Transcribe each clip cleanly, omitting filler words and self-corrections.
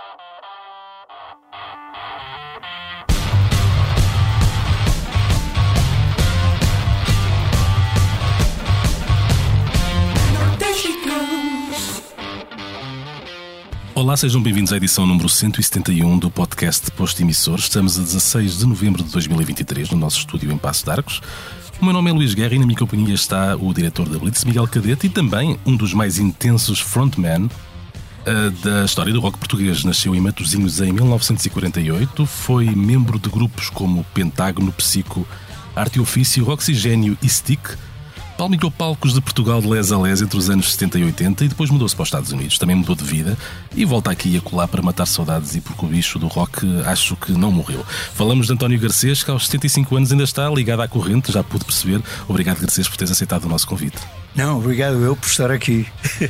Olá, sejam bem-vindos à edição número 171 do podcast Posto Emissor. Estamos a 16 de novembro de 2023 no nosso estúdio em Paços de Arcos. O meu nome é Luís Guerra e na minha companhia está o diretor da Blitz, Miguel Cadete, e também um dos mais intensos frontmen da história do rock português. Nasceu em Matosinhos em 1948, foi membro de grupos como Pentágono, Psico, Arte e Ofício, Oxigênio e Stick. Palmitou palcos de Portugal de les a les entre os anos 70 e 80 e depois mudou-se para os Estados Unidos. Também mudou de vida e volta aqui a colar para matar saudades, e porque o bicho do rock acho que não morreu. Falamos de António Garcês, que aos 75 anos ainda está ligado à corrente, já pude perceber. Obrigado, Garcês, por teres aceitado o nosso convite. Não, obrigado eu por estar aqui.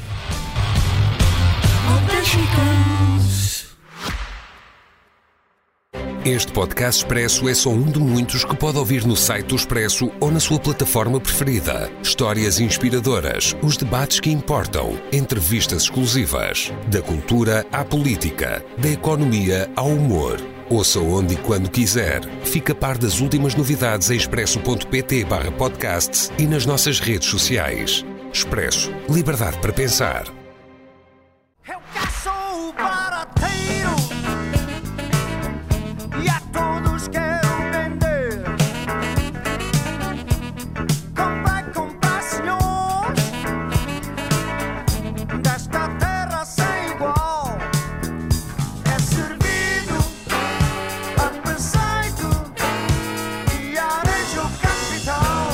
Este podcast Expresso é só um de muitos que pode ouvir no site do Expresso ou na sua plataforma preferida. Histórias inspiradoras, os debates que importam, entrevistas exclusivas. Da cultura à política, da economia ao humor. Ouça onde e quando quiser. Fica a par das últimas novidades em expresso.pt/podcasts e nas nossas redes sociais. Expresso. Liberdade para pensar. Eu caço barateiro e a todos quero vender. Compra, senhores, desta terra sem igual. É servido a preceito e arejo capital.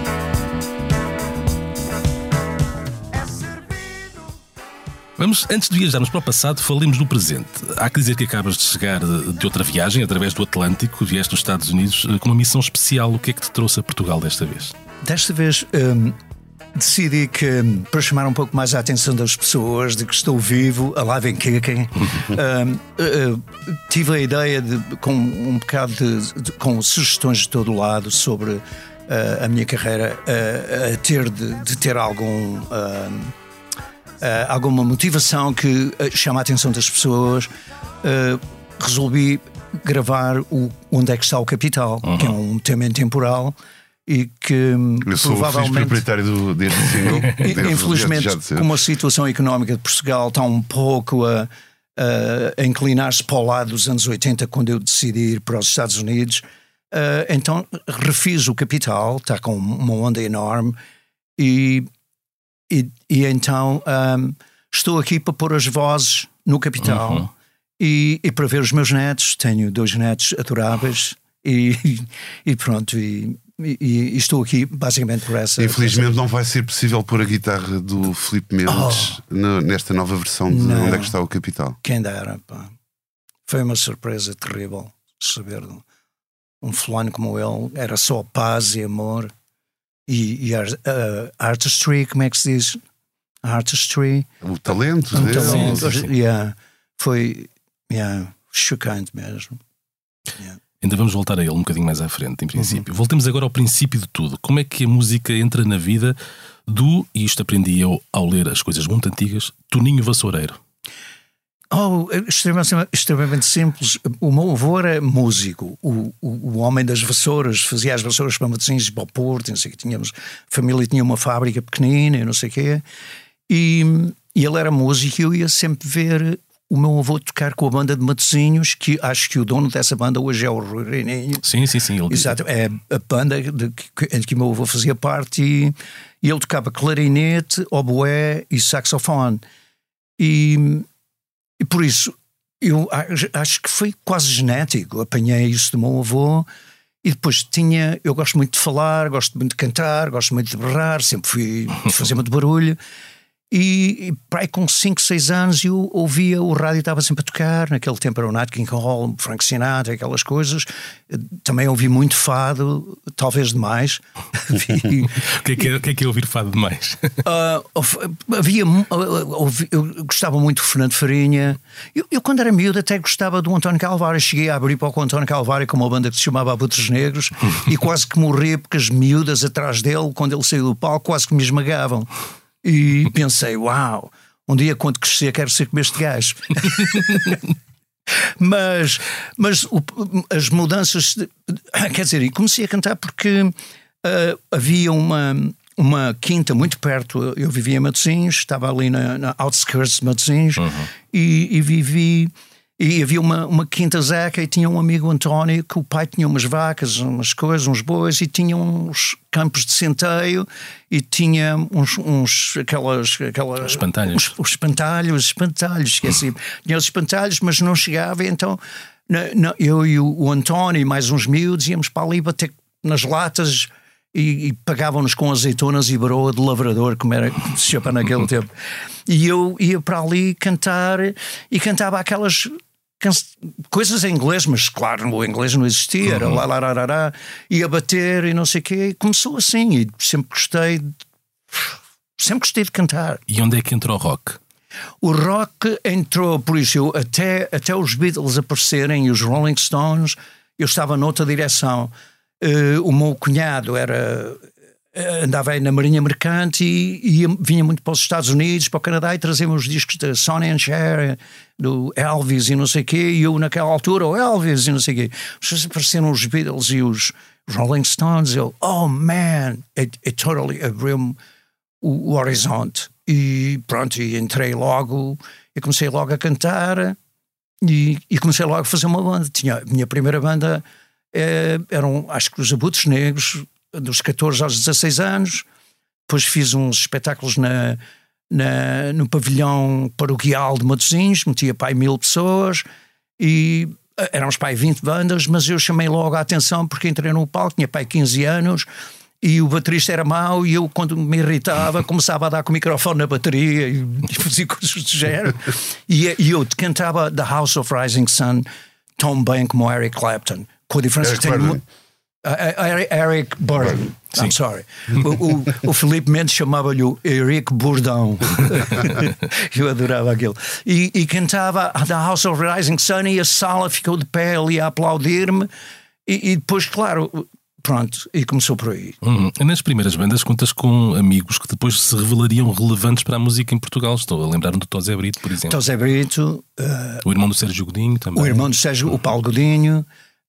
É servido. Vamos, antes de viajarmos para o passado, falemos do presente. Há que dizer que acabas de chegar de outra viagem, através do Atlântico, vieste dos Estados Unidos com uma missão especial. O que é que te trouxe a Portugal desta vez? Desta vez decidi que, para chamar um pouco mais a atenção das pessoas de que estou vivo, alive and kicking, tive a ideia de, com um bocado com sugestões de todo lado sobre a minha carreira, de ter alguma motivação que chama a atenção das pessoas. Resolvi gravar Onde é que está o Capital, que é um tema intemporal e que eu sou provavelmente o proprietário deste single. Infelizmente, como a situação económica de Portugal está um pouco a inclinar-se para o lado dos anos 80, quando eu decidi ir para os Estados Unidos, então refiz o Capital, está com uma onda enorme e então estou aqui para pôr as vozes no Capital e para ver os meus netos. Tenho 2 netos adoráveis e pronto, e estou aqui basicamente por essa. Infelizmente não vai ser possível pôr a guitarra do Filipe Mendes nesta nova versão de Onde é que está o Capital. Quem dera, pá. Foi uma surpresa terrível saber um fulano como ele. Era só paz e amor. E artistry, como é que se diz? Artistry. O talento Um dele. talento. Sim. Foi chocante mesmo. Yeah. Ainda vamos voltar a ele um bocadinho mais à frente, em princípio. Voltemos agora ao princípio de tudo. Como é que a música entra na vida e isto aprendi eu ao ler as coisas muito antigas, Toninho Vassoureiro? Extremamente simples. O meu avô era músico, o homem das vassouras, fazia as vassouras para Matosinhos e para o Porto, não sei o que. A família tinha uma fábrica pequenina, não sei o quê, e ele era músico e eu ia sempre ver o meu avô tocar com a banda de Matosinhos, que acho que o dono dessa banda hoje é o Rui Reininho. Sim. Ele Exato, é a banda em que o meu avô fazia parte, e ele tocava clarinete, oboé e saxofone. E por isso, eu acho que foi quase genético. Apanhei isso do meu avô. E depois eu gosto muito de falar, gosto muito de cantar, gosto muito de berrar, sempre fui de fazer muito barulho. E para aí com 5, 6 anos eu ouvia o rádio, estava sempre a tocar. Naquele tempo era o Nat King Cole, Frank Sinatra, aquelas coisas. Também ouvi muito fado, talvez demais. O que é que é ouvir fado demais? Eu gostava muito do Fernando Farinha. Eu quando era miúdo até gostava do António Calvário. Cheguei a abrir para o António Calvário com uma banda que se chamava Abutres Negros e quase que morri porque as miúdas atrás dele, quando ele saiu do palco, quase que me esmagavam. E pensei, uau, um dia quando crescer quero ser como este gajo. Mas as mudanças, quer dizer, e comecei a cantar porque havia uma quinta muito perto. Eu vivia em Matosinhos, estava ali na outskirts de Matosinhos, e vivi. E havia uma quinta Zeca, e tinha um amigo António que o pai tinha umas vacas, umas coisas, uns bois, e tinha uns campos de centeio, e tinha aquelas espantalhos. Os espantalhos, esqueci. Tinha os espantalhos, mas não chegava, e então eu e o António e mais uns miúdos íamos para ali bater nas latas e pagavam-nos com azeitonas e broa de lavrador, como se chama naquele tempo. E eu ia para ali cantar, e cantava aquelas coisas em inglês, mas claro, o inglês não existia, era lá, ia bater e não sei o quê, e começou assim, e sempre gostei de cantar. E onde é que entrou o rock? O rock entrou, por isso, eu, até os Beatles aparecerem e os Rolling Stones, eu estava noutra direção. O meu cunhado andava aí na Marinha Mercante e vinha muito para os Estados Unidos, para o Canadá, e trazia os discos da Sonny and Cher, do Elvis e não sei o quê, e eu naquela altura, o Elvis e não sei o quê. Mas apareceram os Beatles e os Rolling Stones, eu, oh man, it totally abriu-me o horizonte. E pronto, e entrei logo, e comecei logo a cantar, e comecei logo a fazer uma banda. A minha primeira banda eram, acho que os Abutres Negros, dos 14 aos 16 anos. Depois fiz uns espetáculos no pavilhão paroquial de Matosinhos, metia para aí 1000 pessoas, e éramos para aí 20 bandas, mas eu chamei logo a atenção porque entrei no palco, tinha para aí 15 anos, e o baterista era mau, e eu, quando me irritava, começava a dar com o microfone na bateria e fazia coisas do género, e eu cantava The House of Rising Sun tão bem como o Eric Clapton, com a diferença que tem... Eric Burdon, I'm sorry. O Filipe Mendes chamava-lhe o Eric Burdão. Eu adorava aquilo. E cantava The House of Rising Sun, e a sala ficou de pé ali a aplaudir-me. E depois, claro, pronto, e começou por aí. Nas primeiras bandas contas com amigos que depois se revelariam relevantes para a música em Portugal. Estou a lembrar-me do Tosé Brito, por exemplo. Tosé Brito, o irmão do Sérgio Godinho também. O irmão do Sérgio, o Paulo Godinho.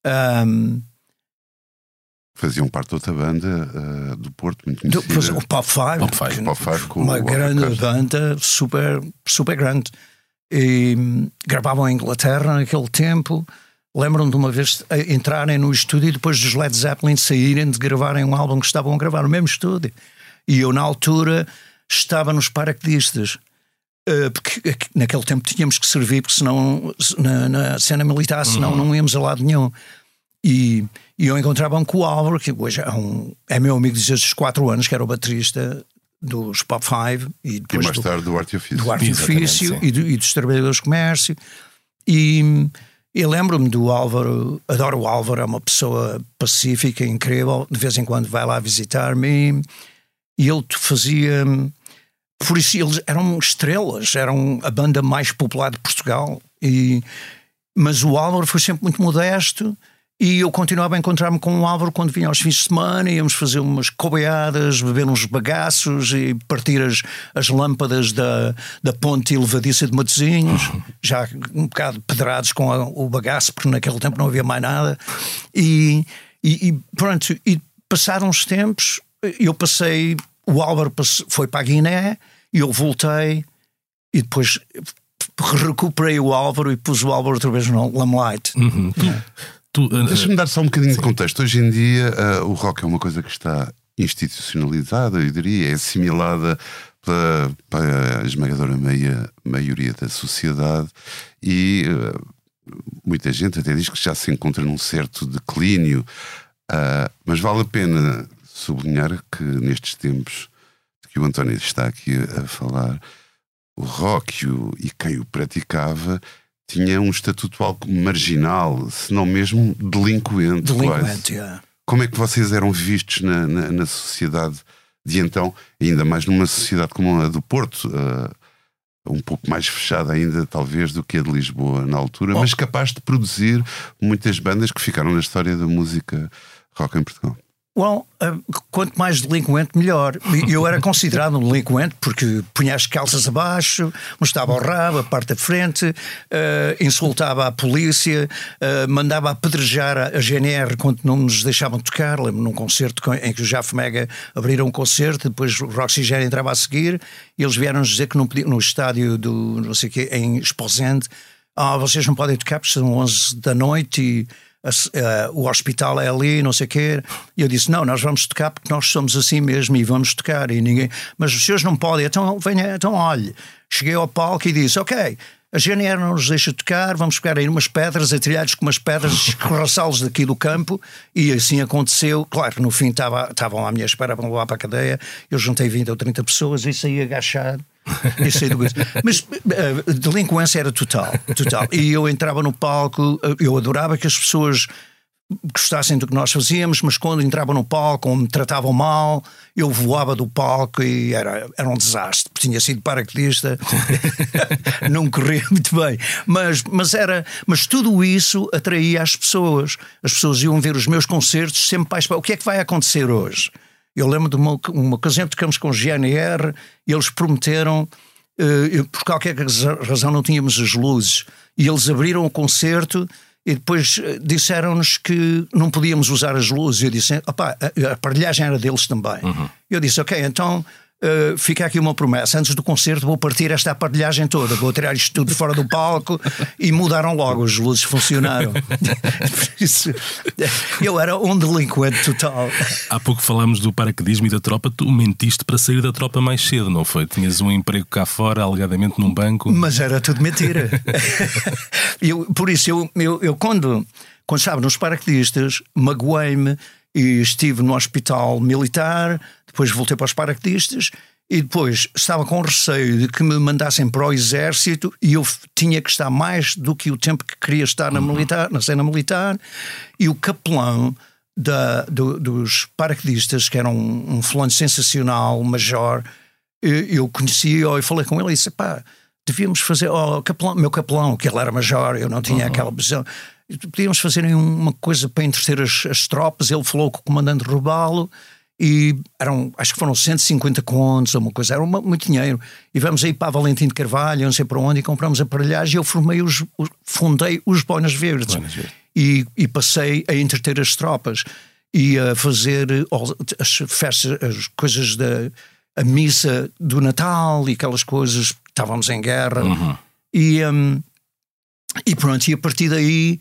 Faziam parte de outra banda do Porto, muito conhecida. O Pop Five com uma grande banda, super, super grande. E gravavam em Inglaterra naquele tempo. Lembram-me de uma vez entrarem no estúdio e depois dos Led Zeppelin saírem de gravarem um álbum que estavam a gravar no mesmo estúdio. E eu, na altura, estava nos paraquedistas. Porque naquele tempo tínhamos que servir, porque senão, na cena militar, senão não íamos a lado nenhum. E eu encontrava-me com o Álvaro, que hoje é meu amigo desde os 4 anos, que era o baterista dos Pop Five, e depois mais tarde do Arte e Ofício. Do Arte e Ofício e dos Trabalhadores de Comércio. E eu lembro-me do Álvaro, adoro o Álvaro, é uma pessoa pacífica, incrível, de vez em quando vai lá visitar-me, e ele fazia... Por isso eles eram estrelas, eram a banda mais popular de Portugal, mas o Álvaro foi sempre muito modesto. E eu continuava a encontrar-me com o Álvaro quando vinha aos fins de semana, íamos fazer umas cobeadas, beber uns bagaços e partir as lâmpadas da ponte elevadiça de Matosinhos, já um bocado pedrados com o bagaço, porque naquele tempo não havia mais nada. E pronto, e passaram uns tempos, o Álvaro foi para a Guiné, e eu voltei, e depois recuperei o Álvaro e pus o Álvaro outra vez no Lamelight. Deixa-me dar só um bocadinho de contexto. Hoje em dia o rock é uma coisa que está institucionalizada, eu diria, é assimilada pela esmagadora maioria da sociedade, e muita gente até diz que já se encontra num certo declínio, mas vale a pena sublinhar que nestes tempos de que o António está aqui a falar, o rock e quem o praticava tinha um estatuto algo marginal, se não mesmo delinquente quase. Yeah. Como é que vocês eram vistos na sociedade de então, ainda mais numa sociedade como a do Porto, um pouco mais fechada ainda talvez do que a de Lisboa na altura, mas capaz de produzir muitas bandas que ficaram na história da música rock em Portugal? Quanto mais delinquente, melhor. Eu era considerado um delinquente porque punha as calças abaixo, mostrava o rabo, a parte da frente, insultava a polícia, mandava apedrejar a GNR quando não nos deixavam tocar. Lembro num concerto em que o Jaf Mega abriram um concerto, depois o Roxygene entrava a seguir e eles vieram-nos dizer que não podiam, no estádio do não sei quê, em Esposende, vocês não podem tocar porque são 11 da noite e o hospital é ali, não sei o quê. E eu disse, não, nós vamos tocar porque nós somos assim mesmo e vamos tocar. E ninguém... Mas os senhores não podem, então venha, então olhe. Cheguei ao palco e disse, ok, a GNR não nos deixa tocar, vamos pegar aí umas pedras, atilhados com umas pedras, escorraçá-los daqui do campo. E assim aconteceu. Claro, no fim estavam à minha espera para me levar para a cadeia. Eu juntei 20 ou 30 pessoas e saí agachado. Mas delinquência era total. E eu entrava no palco, eu adorava que as pessoas gostassem do que nós fazíamos, mas quando entrava no palco ou me tratavam mal, eu voava do palco e era um desastre, porque tinha sido paraquedista. Não corria muito bem, mas tudo isso atraía as pessoas iam ver os meus concertos sempre para o que é que vai acontecer hoje. Eu lembro de uma ocasião que tocamos com o GNR e eles prometeram, por qualquer razão não tínhamos as luzes, e eles abriram o concerto e depois disseram-nos que não podíamos usar as luzes. Eu disse, opá, a aparelhagem era deles também. Eu disse, ok, então fica aqui uma promessa, antes do concerto vou partir esta aparelhagem toda, vou tirar isto tudo fora do palco. E mudaram logo, as luzes funcionaram. Isso, eu era um delinquente total. Há pouco falámos do paraquedismo e da tropa. Tu mentiste para sair da tropa mais cedo, não foi? Tinhas um emprego cá fora, alegadamente num banco. Mas era tudo mentira. Por isso eu quando estava nos paraquedistas, magoei-me e estive no hospital militar. Depois voltei para os paraquedistas e depois estava com receio de que me mandassem para o exército e eu tinha que estar mais do que o tempo que queria estar na cena militar. E o capelão dos paraquedistas, que era um fulano sensacional, um major, eu conhecia e falei com ele e disse, pá, devíamos fazer, meu capelão, que ele era major, eu não tinha aquela visão, podíamos fazer uma coisa para entreter as tropas. Ele falou com o comandante Robalo e acho que foram 150 contos ou uma coisa, era muito dinheiro. E vamos aí para Valentim de Carvalho, não sei para onde, e compramos aparelhagem. E eu fundei os Boinas Verdes. E passei a entreter as tropas e a fazer as festas, as coisas a missa do Natal e aquelas coisas. Estávamos em guerra. E pronto, e a partir daí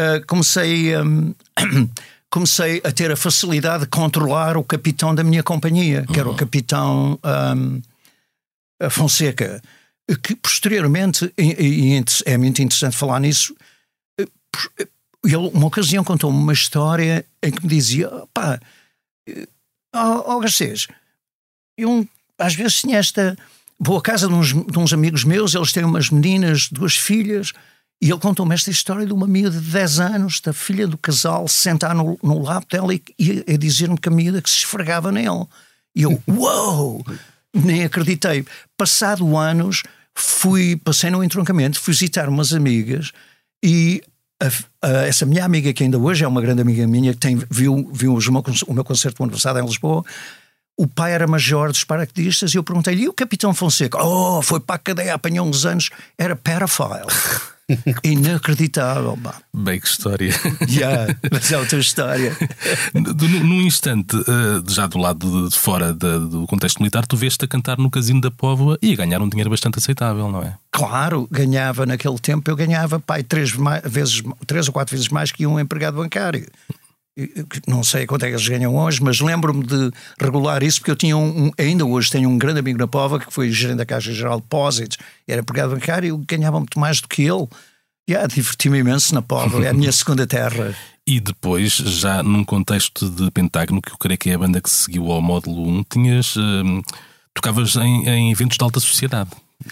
comecei a ter a facilidade de controlar o capitão da minha companhia, que era o capitão Fonseca, que posteriormente, e é muito interessante falar nisso, ele uma ocasião contou-me uma história em que me dizia, pá, Garcês, eu às vezes tinha vou à casa de uns amigos meus, eles têm umas meninas, 2 filhas, e ele contou-me esta história de uma miúda de 10 anos, da filha do casal, sentar no lado dela e a dizer-me que a miúda que se esfregava nele. E eu, uau! Nem acreditei. Passado anos, passei no entroncamento, fui visitar umas amigas e essa minha amiga, que ainda hoje é uma grande amiga minha, que viu o meu concerto do ano passado em Lisboa, o pai era major dos paraquedistas e eu perguntei-lhe, e o capitão Fonseca? Foi para a cadeia, apanhou uns anos, era pedophile. Inacreditável, pá. Bem, que história. Mas é outra história. Num instante, já do lado de fora do contexto militar, tu veste a cantar no Casino da Póvoa e a ganhar um dinheiro bastante aceitável, não é? Claro, ganhava naquele tempo, eu ganhava, pai, 3 ou 4 vezes mais que um empregado bancário. Não sei quanto é que eles ganham hoje, mas lembro-me de regular isso, porque eu tinha ainda hoje tenho um grande amigo na Póvoa que foi gerente da Caixa Geral de Depósitos, era empregado bancário, eu ganhava muito mais do que ele. Diverti-me imenso na Póvoa, é a minha segunda terra. E depois, já num contexto de Pentágono, que eu creio que é a banda que seguiu ao módulo 1, tocavas em eventos de alta sociedade.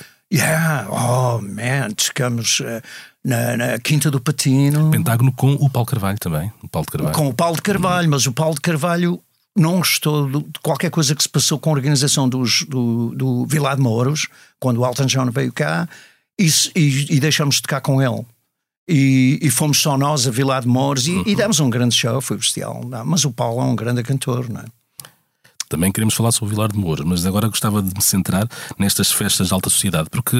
Tocamos na Quinta do Patino. Pentágono com o Paulo Carvalho também. Com o Paulo de Carvalho, mas o Paulo de Carvalho não gostou de qualquer coisa que se passou com a organização do Vilar de Mouros, quando o Elton John veio cá, e deixamos de tocar com ele. E fomos só nós a Vilar de Mouros e demos um grande show, foi bestial. Não, mas o Paulo é um grande cantor, não é? Também queremos falar sobre o Vilar de Mouros, mas agora gostava de me centrar nestas festas de alta sociedade, porque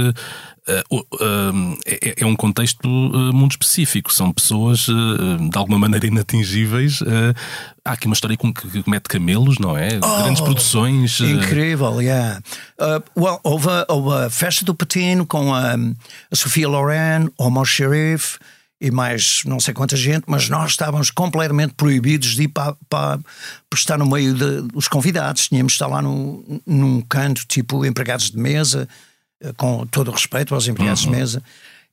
é um contexto muito específico. São pessoas de alguma maneira inatingíveis. Há aqui uma história que mete camelos, não é? Grandes produções. Incrível, yeah. Houve a festa do Patino com a Sofia Loren, Omar Sharif e mais não sei quanta gente, mas nós estávamos completamente proibidos de ir para estar no meio dos convidados. Tínhamos de estar lá num canto, tipo empregados de mesa, com todo o respeito aos empregados de mesa.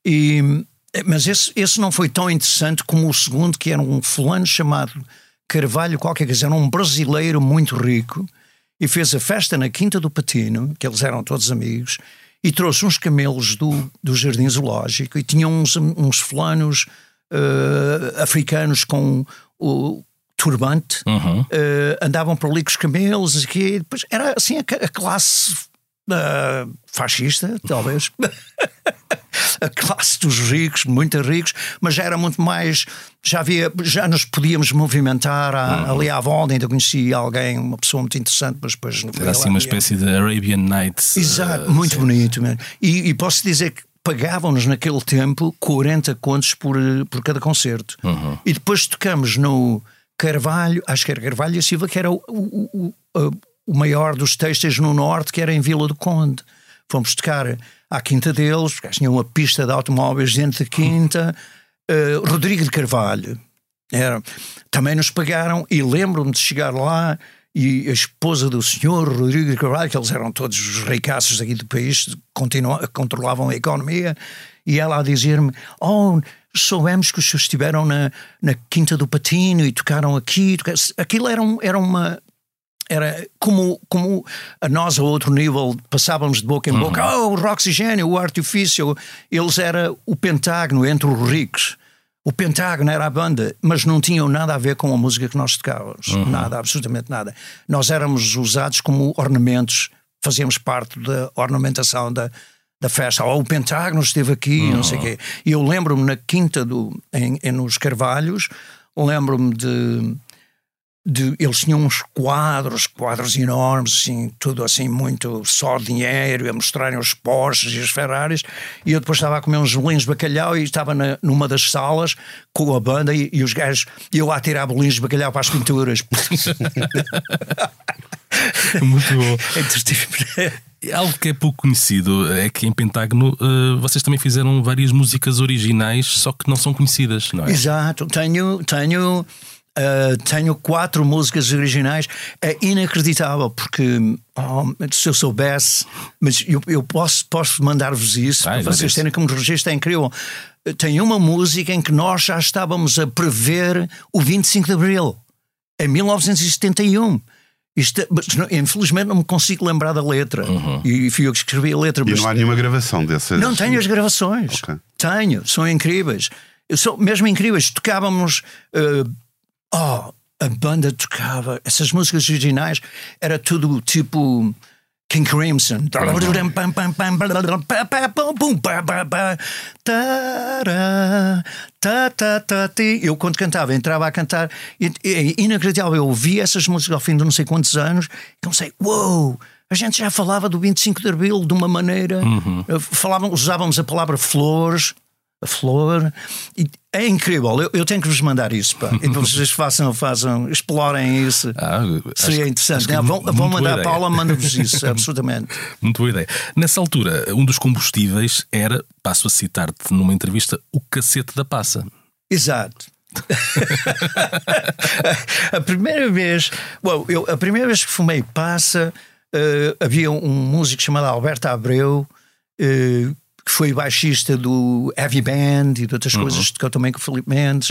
Mas esse não foi tão interessante como o segundo, que era um fulano chamado Carvalho, qualquer coisa, era um brasileiro muito rico, e fez a festa na Quinta do Patino, que eles eram todos amigos, e trouxe uns camelos do Jardim Zoológico e tinha uns fulanos africanos com o turbante, andavam por ali com os camelos, e depois era assim a classe fascista, talvez. A classe dos ricos, muito ricos, mas já era muito mais. Já nos podíamos movimentar ali à volta. Ainda conheci alguém, uma pessoa muito interessante, mas depois não. Era assim uma espécie de Arabian Nights. Exato, muito bonito mesmo. E posso dizer que pagavam-nos naquele tempo 40 contos por cada concerto. E depois tocamos no Carvalho, acho que era Carvalho e Silva, que era o maior dos têxteis no norte, que era em Vila do Conde. Fomos tocar à quinta deles, porque tinha uma pista de automóveis dentro da quinta. Rodrigo de Carvalho também nos pagaram, e lembro-me de chegar lá e a esposa do senhor Rodrigo de Carvalho, que eles eram todos os ricaços aqui do país, controlavam a economia, e ela a dizer-me: soubemos que os senhores estiveram na Quinta do Patino e tocaram aqui. Aquilo era como a nós a outro nível, passávamos de boca em boca. O Roxigênio, o Artifício. Eles era o Pentágono entre os ricos. O Pentágono era a banda, mas não tinham nada a ver com a música que nós tocávamos. Nada, absolutamente nada. Nós éramos usados como ornamentos, fazíamos parte da ornamentação da festa. O Pentágono esteve aqui, não sei o quê. E eu lembro-me na quinta nos Carvalhos, lembro-me eles tinham uns quadros enormes, assim, tudo assim, muito só dinheiro, a mostrarem os Porsches e as Ferraris, e eu depois estava a comer uns bolinhos de bacalhau e estava numa das salas com a banda e os gajos, e eu a tirar bolinhos de bacalhau para as pinturas. Muito bom. Algo que é pouco conhecido é que em Pentágono vocês também fizeram várias músicas originais, só que não são conhecidas, não é? Exato, tenho 4 músicas originais. É inacreditável, porque se eu soubesse, mas eu posso mandar-vos isso para vocês terem como registro. É incrível. Tem uma música em que nós já estávamos a prever o 25 de Abril em 1971. Infelizmente não me consigo lembrar da letra. E fui eu que escrevi a letra. E não há nenhuma gravação dessas? Não tenho as gravações. Okay. Tenho, são incríveis. São mesmo incríveis. Tocávamos. A banda tocava essas músicas originais, era tudo tipo King Crimson. Eu, quando cantava, entrava a cantar, é inacreditável. Eu ouvi essas músicas ao fim de não sei quantos anos e comecei: uou! A gente já falava do 25 de Abril de uma maneira, usávamos a palavra flores. A flor, e é incrível. Eu tenho que vos mandar isso, pá. E vocês façam, explorem isso. Seria interessante. Vão mandar a Paula, manda-vos isso, absolutamente. Muito boa ideia. Nessa altura, um dos combustíveis era, passo a citar-te numa entrevista, o cacete da passa. Exato. A primeira vez que fumei passa, havia um músico chamado Alberto Abreu, que foi baixista do Heavy Band e de outras coisas, tocou também com o Filipe Mendes,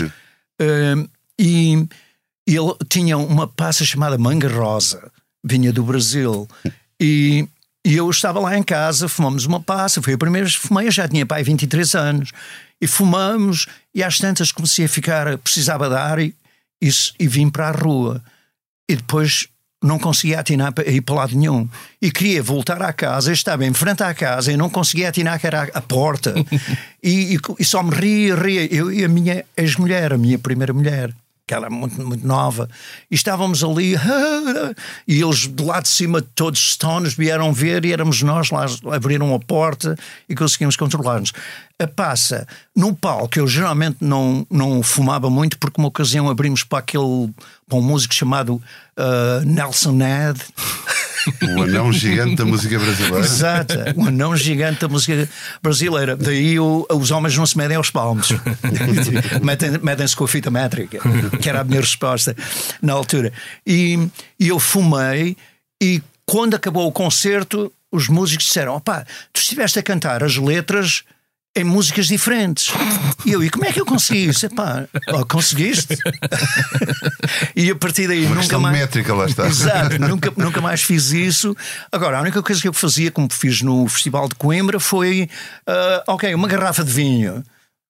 e ele tinha uma passa chamada Manga Rosa, vinha do Brasil, e eu estava lá em casa, fumamos uma passa, foi a primeira vez que fumei, eu já tinha 23 anos, e fumamos, e às tantas comecei a ficar, precisava de ar, e vim para a rua, e depois não conseguia atinar para ir para lado nenhum. E queria voltar à casa, estava em frente à casa e não conseguia atinar, que era a porta. e só me ria. Eu e a minha ex-mulher, a minha primeira mulher, que era muito, muito nova, e estávamos ali, e eles de lá de cima, todos stones, vieram ver, e éramos nós lá, abriram a porta e conseguimos controlar-nos. A passa, no palco, eu geralmente não fumava muito, porque uma ocasião abrimos para um músico chamado Nelson Ned. O anão gigante da música brasileira. Exato, o anão gigante da música brasileira. Daí os homens não se medem aos palmos. Medem-se com a fita métrica, que era a minha resposta na altura. E eu fumei, e quando acabou o concerto, os músicos disseram: opá, tu estiveste a cantar as letras em músicas diferentes. E como é que eu consegui isso? Epá, conseguiste? E a partir daí nunca mais. Métrica, lá está. Exato, nunca mais fiz isso. Agora, a única coisa que eu fazia, como fiz no Festival de Coimbra, foi uma garrafa de vinho.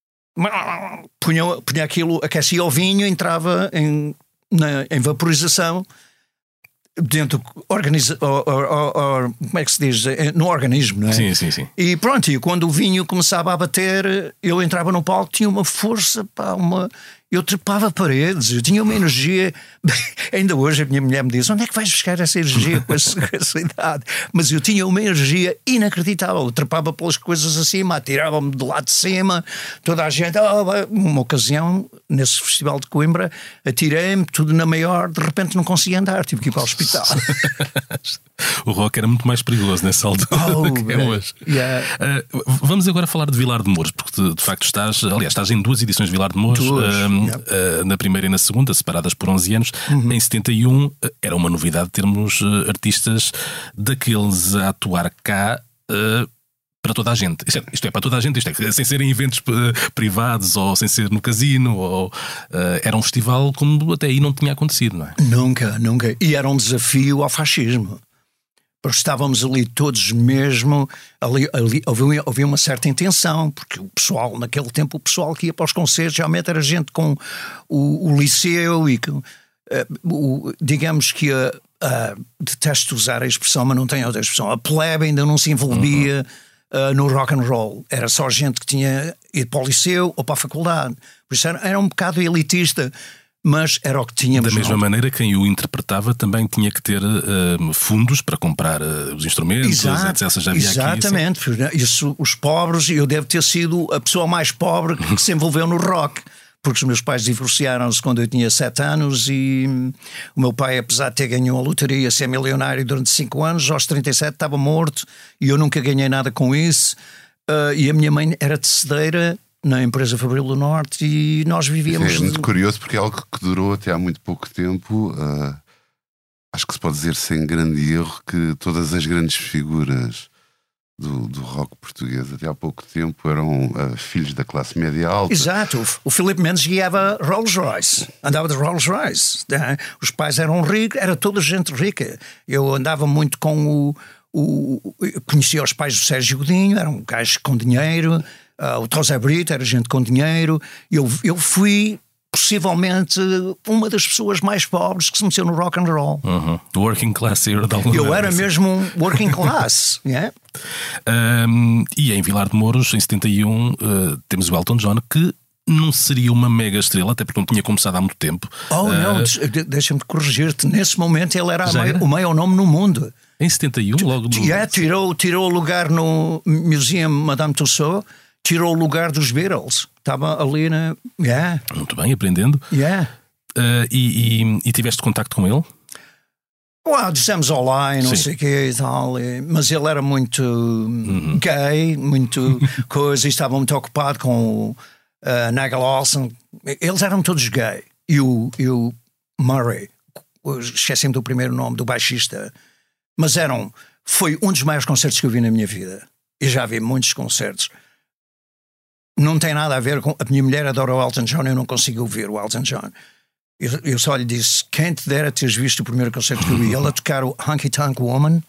Punha aquilo, aquecia o vinho, entrava em vaporização. Dentro, como é que se diz? No organismo, não é? Sim. E pronto, e quando o vinho começava a bater, eu entrava no palco, tinha uma força, eu trepava paredes, eu tinha uma energia. Ainda hoje a minha mulher me diz: onde é que vais buscar essa energia com essa idade? Mas eu tinha uma energia inacreditável, eu trepava pelas coisas acima, atirava-me de lá de cima, toda a gente. Uma ocasião, nesse Festival de Coimbra, atirei-me, tudo na maior, de repente não conseguia andar, tive que ir para o hospital. O rock era muito mais perigoso nessa altura que é hoje. Yeah. Vamos agora falar de Vilar de Mouros, porque de facto estás em 2 edições de Vilar de Mouros, na primeira e na segunda, separadas por 11 anos. Em 71 era uma novidade termos artistas daqueles a atuar cá para toda a gente. Isto é para toda a gente, sem serem eventos privados ou sem ser no casino. Era um festival como até aí não tinha acontecido, não é? Nunca. E era um desafio ao fascismo. Porque estávamos ali todos mesmo, ali havia uma certa intenção, porque o pessoal, naquele tempo, o pessoal que ia para os concertos realmente era gente com o liceu e digamos que detesto usar a expressão, mas não tenho outra expressão, a plebe ainda não se envolvia no rock and roll, era só gente que tinha ido para o liceu ou para a faculdade, por isso era um bocado elitista. Mas era o que tínhamos. Da mesma maneira, quem o interpretava também tinha que ter fundos para comprar os instrumentos, etc. Já havia exatamente. Aqui, isso, os pobres, eu devo ter sido a pessoa mais pobre que se envolveu no rock. Porque os meus pais divorciaram-se quando eu tinha 7 anos e o meu pai, apesar de ter ganho a loteria, ser milionário durante 5 anos, aos 37 estava morto e eu nunca ganhei nada com isso. E a minha mãe era tecedeira na empresa Fabril do Norte e nós vivíamos... É muito curioso porque é algo que durou até há muito pouco tempo. Acho que se pode dizer sem grande erro que todas as grandes figuras do rock português até há pouco tempo eram filhos da classe média alta. Exato, o Filipe Mendes guiava Rolls Royce, andava de Rolls Royce, os pais eram ricos, era toda gente rica. Eu andava muito com conhecia os pais do Sérgio Godinho, eram gajos com dinheiro. O José Brito era gente com dinheiro. Eu fui possivelmente uma das pessoas mais pobres que se meteu no rock and roll. Working class hero de alguma Eu era mesmo um working class. Yeah? E em Vilar de Mouros, em 71, temos o Elton John, que não seria uma mega estrela, até porque não tinha começado há muito tempo. Não, deixa-me corrigir-te. Nesse momento ele era o maior nome no mundo. Em 71, logo do... tirou o lugar no Museum Madame Tussauds. Tirou o lugar dos Beatles. Estava ali na... Yeah. Muito bem, aprendendo. Yeah. E tiveste contacto com ele? Dissemos olá e não sei o que e tal. Mas ele era muito gay, muito coisa. E estava muito ocupado com o Nigel Olsson. Eles eram todos gay. E o Murray, esqueci-me do primeiro nome, do baixista. Mas foi um dos maiores concertos que eu vi na minha vida. E já vi muitos concertos. Não tem nada a ver com... A minha mulher adora o Elton John, eu não consigo ouvir o Elton John. Eu só lhe disse: quem te dera teres visto o primeiro concerto que eu vi? Ele a tocar o Honky Tonk Woman.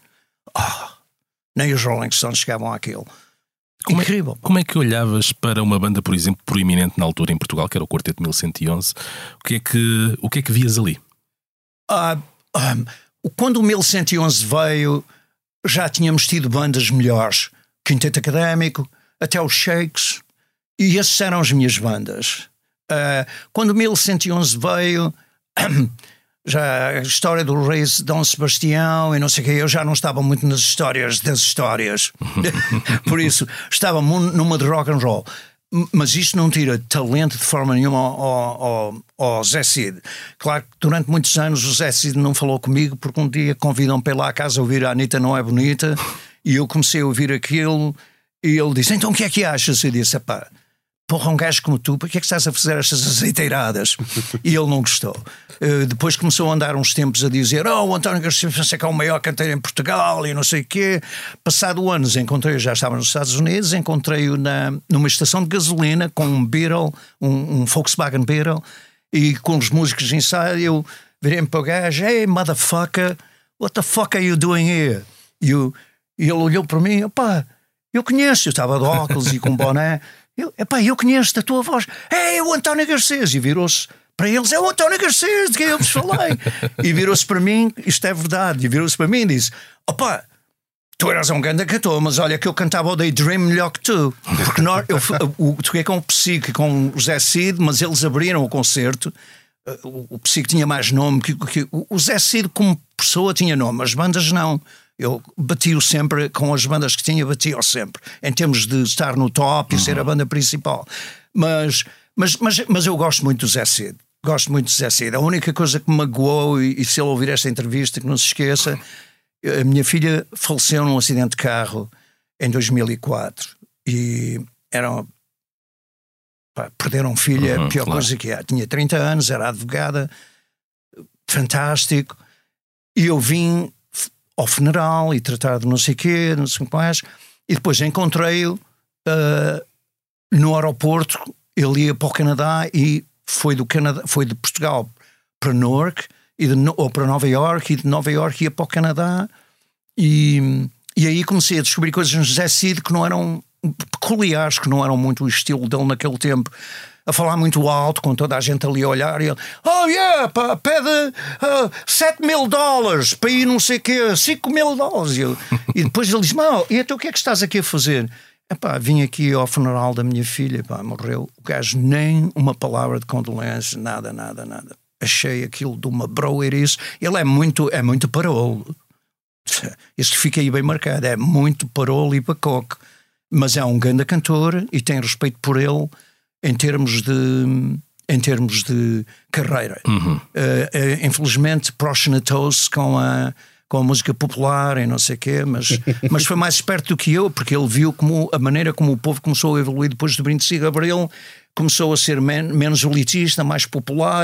Nem os Rolling Stones chegavam àquilo. Incrível. Como é que olhavas para uma banda, por exemplo, proeminente na altura em Portugal, que era o Quarteto 1111? O que é que vias ali? quando o 1111 veio, já tínhamos tido bandas melhores. Quinteto Académico, até os Shakes, e essas eram as minhas bandas. Quando o 1111 veio, já a história do rei Dom Sebastião e não sei o que, eu já não estava muito nas histórias das histórias. Por isso, estava numa de rock and roll. Mas isto não tira talento de forma nenhuma ao Zé Cid. Claro que durante muitos anos o Zé Cid não falou comigo, porque um dia convidam-me para ir lá à casa a ouvir a Anitta Não É Bonita, e eu comecei a ouvir aquilo, e ele disse: então o que é que achas? Eu disse: pá, porra, um gajo como tu, para que é que estás a fazer estas azeiteiradas? E ele não gostou. Depois começou a andar uns tempos a dizer: o António Garcia Fonseca que é o maior cantor em Portugal e não sei o quê. Passado anos, encontrei-o, já estava nos Estados Unidos, encontrei-o numa estação de gasolina com um Beetle, um Volkswagen Beetle, e com os músicos de ensaio. Eu virei-me para o gajo: hey, motherfucker, what the fuck are you doing here? E ele olhou para mim: opá, eu conheço. Eu estava de óculos e com boné. Eu conheço da tua voz. É o António Garcês. E virou-se para eles: é o António Garcês de quem eu vos falei. E virou-se para mim: isto é verdade. E virou-se para mim e disse: opá, tu eras um grande cantor, mas olha que eu cantava o Daydream melhor que tu. Porque eu toquei com o Psique, com o Zé Cid, mas eles abriram o concerto. O Psique tinha mais nome que o Zé Cid, como pessoa, tinha nome, as bandas não. Eu bati-o sempre, com as bandas que tinha, bati-o sempre, em termos de estar no top e ser a banda principal. Mas eu gosto muito do Zé Cid. Gosto muito do Zé Cid. A única coisa que me magoou, e se ele ouvir esta entrevista, que não se esqueça, a minha filha faleceu num acidente de carro em 2004. E perderam filha, a pior coisa que há. Tinha 30 anos, era advogada, fantástico. E eu vim ao funeral e tratar de não sei o quê, não sei o que mais, e depois encontrei-o no aeroporto. Ele ia para o Canadá e foi de Portugal para Newark, ou para Nova York, e de Nova York ia para o Canadá, e aí comecei a descobrir coisas no Zé Cid que não eram peculiares, que não eram muito o estilo dele naquele tempo. A falar muito alto, com toda a gente ali a olhar, e ele: pede $7,000 para ir não sei o quê, $5,000. E depois ele diz: e então o que é que estás aqui a fazer? Vim aqui ao funeral da minha filha, morreu. O gajo nem uma palavra de condolência, nada. Achei aquilo de uma broerice. Ele é muito parolo. Este fica aí bem marcado, é muito parolo e bacoque. Mas é um grande cantor e tem respeito por ele em termos de carreira. Infelizmente proxenetou-se com a música popular e não sei o quê, mas foi mais esperto do que eu, porque ele viu a maneira como o povo começou a evoluir depois do Brindisi Gabriel, começou a ser menos elitista, mais popular,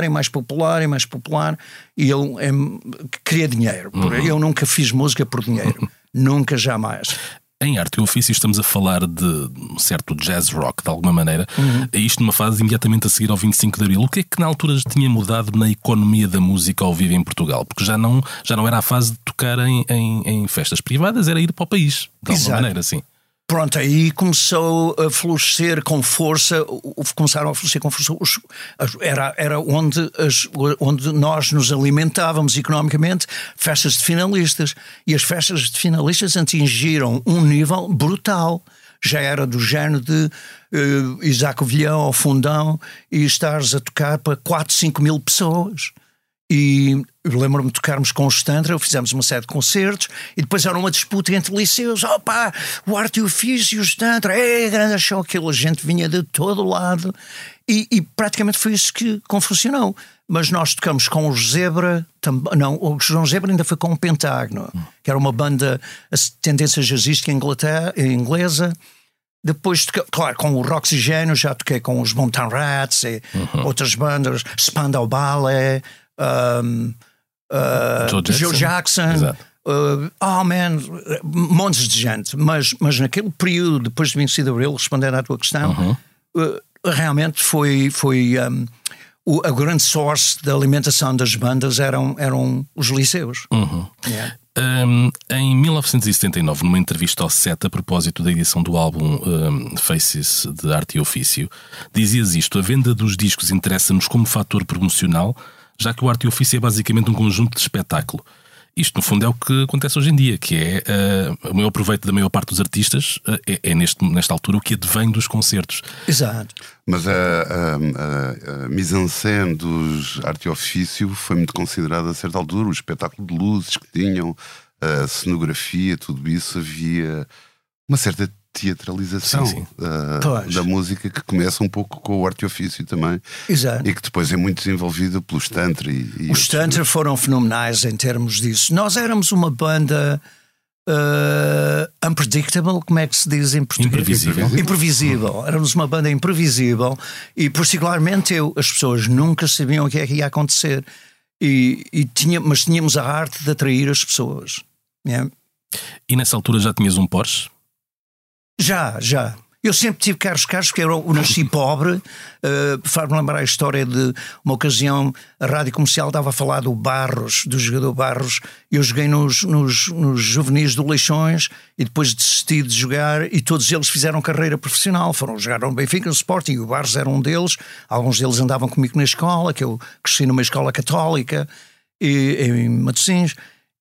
e ele queria dinheiro. Eu nunca fiz música por dinheiro, nunca, jamais. Em Arte e Ofício estamos a falar de um certo jazz rock, de alguma maneira, isto numa fase imediatamente a seguir ao 25 de Abril. O que é que na altura tinha mudado na economia da música ao vivo em Portugal? Porque já não era a fase de tocar em festas privadas, era ir para o país, de alguma maneira, sim. Pronto, aí começou a florescer com força, era onde nós nos alimentávamos economicamente, festas de finalistas, e as festas de finalistas atingiram um nível brutal. Já era do género de Isaac Vilhão ao Fundão, e estares a tocar para 4, 5 mil pessoas. E eu lembro-me de tocarmos com o Stantra, fizemos uma série de concertos, e depois era uma disputa entre liceus: o Arte e Ofício e o Stantra, grande show, aquela gente vinha de todo lado, e praticamente foi isso que funcionou. Mas nós tocamos com o Zebra, o João Zebra ainda foi com o Pentágono, que era uma banda de tendência jazzística inglesa. Depois, claro, com o Roxigênio já toquei com os Mountain Rats e outras bandas, Spandau Ballet, Joe Jackson, montes de gente. Mas naquele período, depois de 25 de Abril, respondendo à tua questão, realmente foi a grande source da alimentação das bandas eram os liceus. Yeah. Em 1979, numa entrevista ao SET a propósito da edição do álbum Faces de Arte e Ofício, dizias isto: a venda dos discos interessa-nos como fator promocional, já que o Arte e Ofício é basicamente um conjunto de espetáculo. Isto, no fundo, é o que acontece hoje em dia, que é o maior proveito da maior parte dos artistas nesta altura o que advém dos concertos. Exato. Mas a mise-en-scène dos arte e ofício foi muito considerada a certa altura, o espetáculo de luzes que tinham, a cenografia, tudo isso, havia uma certa teatralização sim. da música que começa um pouco com o arte e ofício também. Exato. E que depois é muito desenvolvido pelos Tantra. Os Tantra foram fenomenais em termos disso. Nós éramos uma banda unpredictable, como é que se diz em português? Imprevisível. Éramos uma banda imprevisível e particularmente as pessoas nunca sabiam o que é que ia acontecer. Mas tínhamos a arte de atrair as pessoas. Yeah. E nessa altura já tinhas um Porsche? Já. Eu sempre tive carros caros porque eu nasci pobre. Faz-me lembrar a história de uma ocasião, a rádio comercial estava a falar do jogador Barros. Eu joguei nos juvenis do Leixões e depois desisti de jogar e todos eles fizeram carreira profissional. Foram jogar no Benfica, no Sporting, e o Barros era um deles. Alguns deles andavam comigo na escola, que eu cresci numa escola católica em Matosinhos.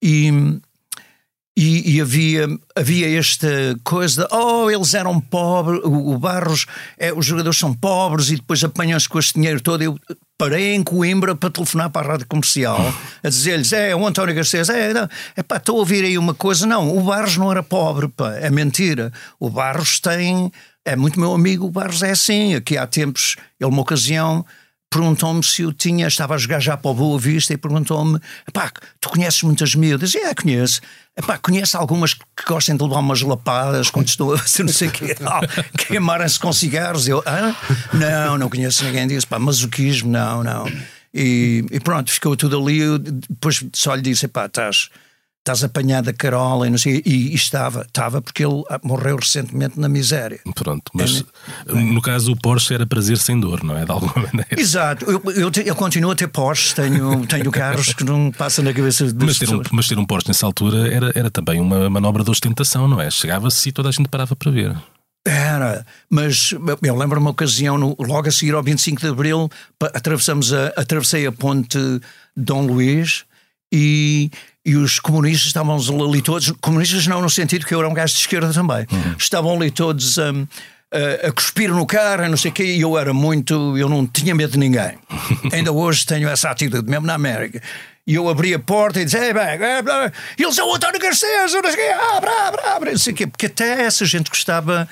E havia esta coisa de, eles eram pobres, o Barros, os jogadores são pobres e depois apanham-se com este dinheiro todo. Eu parei em Coimbra para telefonar para a rádio comercial a dizer-lhes, o António Garcês, estou a ouvir aí uma coisa. Não, o Barros não era pobre, é mentira. O Barros é muito meu amigo, o Barros é assim. Aqui há tempos, ele uma ocasião perguntou-me se eu estava a jogar já para o Boa Vista e perguntou-me, tu conheces muitas miúdas? Conheço. Conheço algumas que gostem de levar umas lapadas quando estou a fazer não sei o quê, queimarem-se com cigarros. Eu, não conheço ninguém disso, masoquismo, não. E pronto, ficou tudo ali. Eu depois só lhe disse, estás apanhado a Carola e não sei, e estava porque ele morreu recentemente na miséria. Pronto, mas no caso o Porsche era prazer sem dor, não é? De alguma maneira. Exato, eu continuo a ter Porsche, tenho carros que não passam na cabeça das pessoas. Mas ter um Porsche nessa altura era também uma manobra de ostentação, não é? Chegava-se e toda a gente parava para ver. Era, mas eu lembro uma ocasião, logo a seguir ao 25 de Abril, atravessei a ponte Dom Luís e os comunistas estavam ali todos, comunistas não no sentido que eu era um gajo de esquerda também, estavam ali todos a cuspir no carro, não sei o quê, e eu não tinha medo de ninguém. Ainda hoje tenho essa atitude, mesmo na América. E eu abri a porta e disse, eles são o António Garcês, não sei o quê, porque até essa gente gostava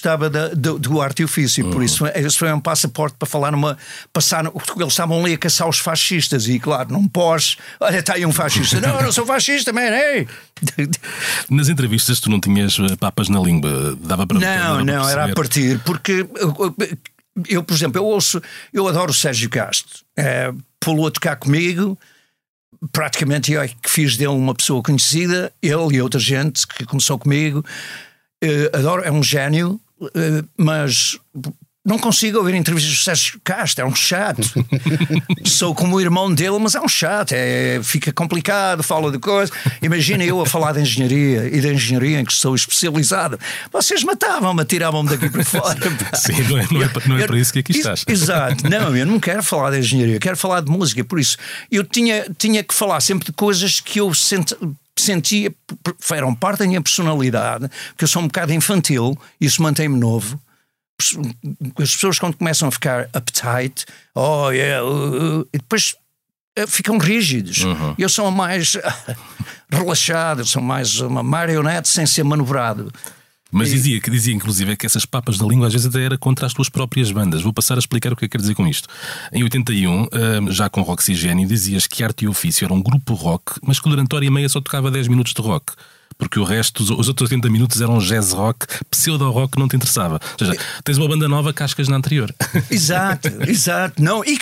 do arte e ofício, por isso esse foi um passaporte para falar eles estavam ali a caçar os fascistas e claro, num Porsche, olha, está aí um fascista, não, eu não sou fascista, man, hey. Nas entrevistas tu não tinhas papas na língua, dava para Não, era a partir, porque eu, por exemplo, eu adoro o Sérgio Castro, pulou a tocar comigo. Praticamente eu que fiz dele uma pessoa conhecida, ele e outra gente que começou comigo. Adoro, é um gênio, mas não consigo ouvir entrevistas do Sérgio Castro, é um chato. Sou como o irmão dele, mas é um chato, fica complicado, fala de coisas. Imagina eu a falar de engenharia e da engenharia em que sou especializado. Vocês matavam-me, tiravam-me daqui para fora. Sim, não é para isso que aqui estás. Exato, não, eu não quero falar de engenharia, eu quero falar de música, por isso eu tinha que falar sempre de coisas que eu sentia, eram parte da minha personalidade, porque eu sou um bocado infantil, isso mantém-me novo. As pessoas quando começam a ficar uptight, e depois ficam rígidos. Eu sou mais relaxado, eu sou mais uma marionete sem ser manobrado. Mas dizia inclusive que essas papas da língua às vezes até era contra as tuas próprias bandas. Vou passar a explicar o que eu quero dizer com isto. Em 81, já com Roxigênio, dizias que Arte e Ofício era um grupo rock, mas que durante hora e meia só tocava 10 minutos de rock. Porque o resto, os outros 80 minutos eram jazz rock, pseudo-rock não te interessava. Ou seja, tens uma banda nova, cascas na anterior. Exato. Não, e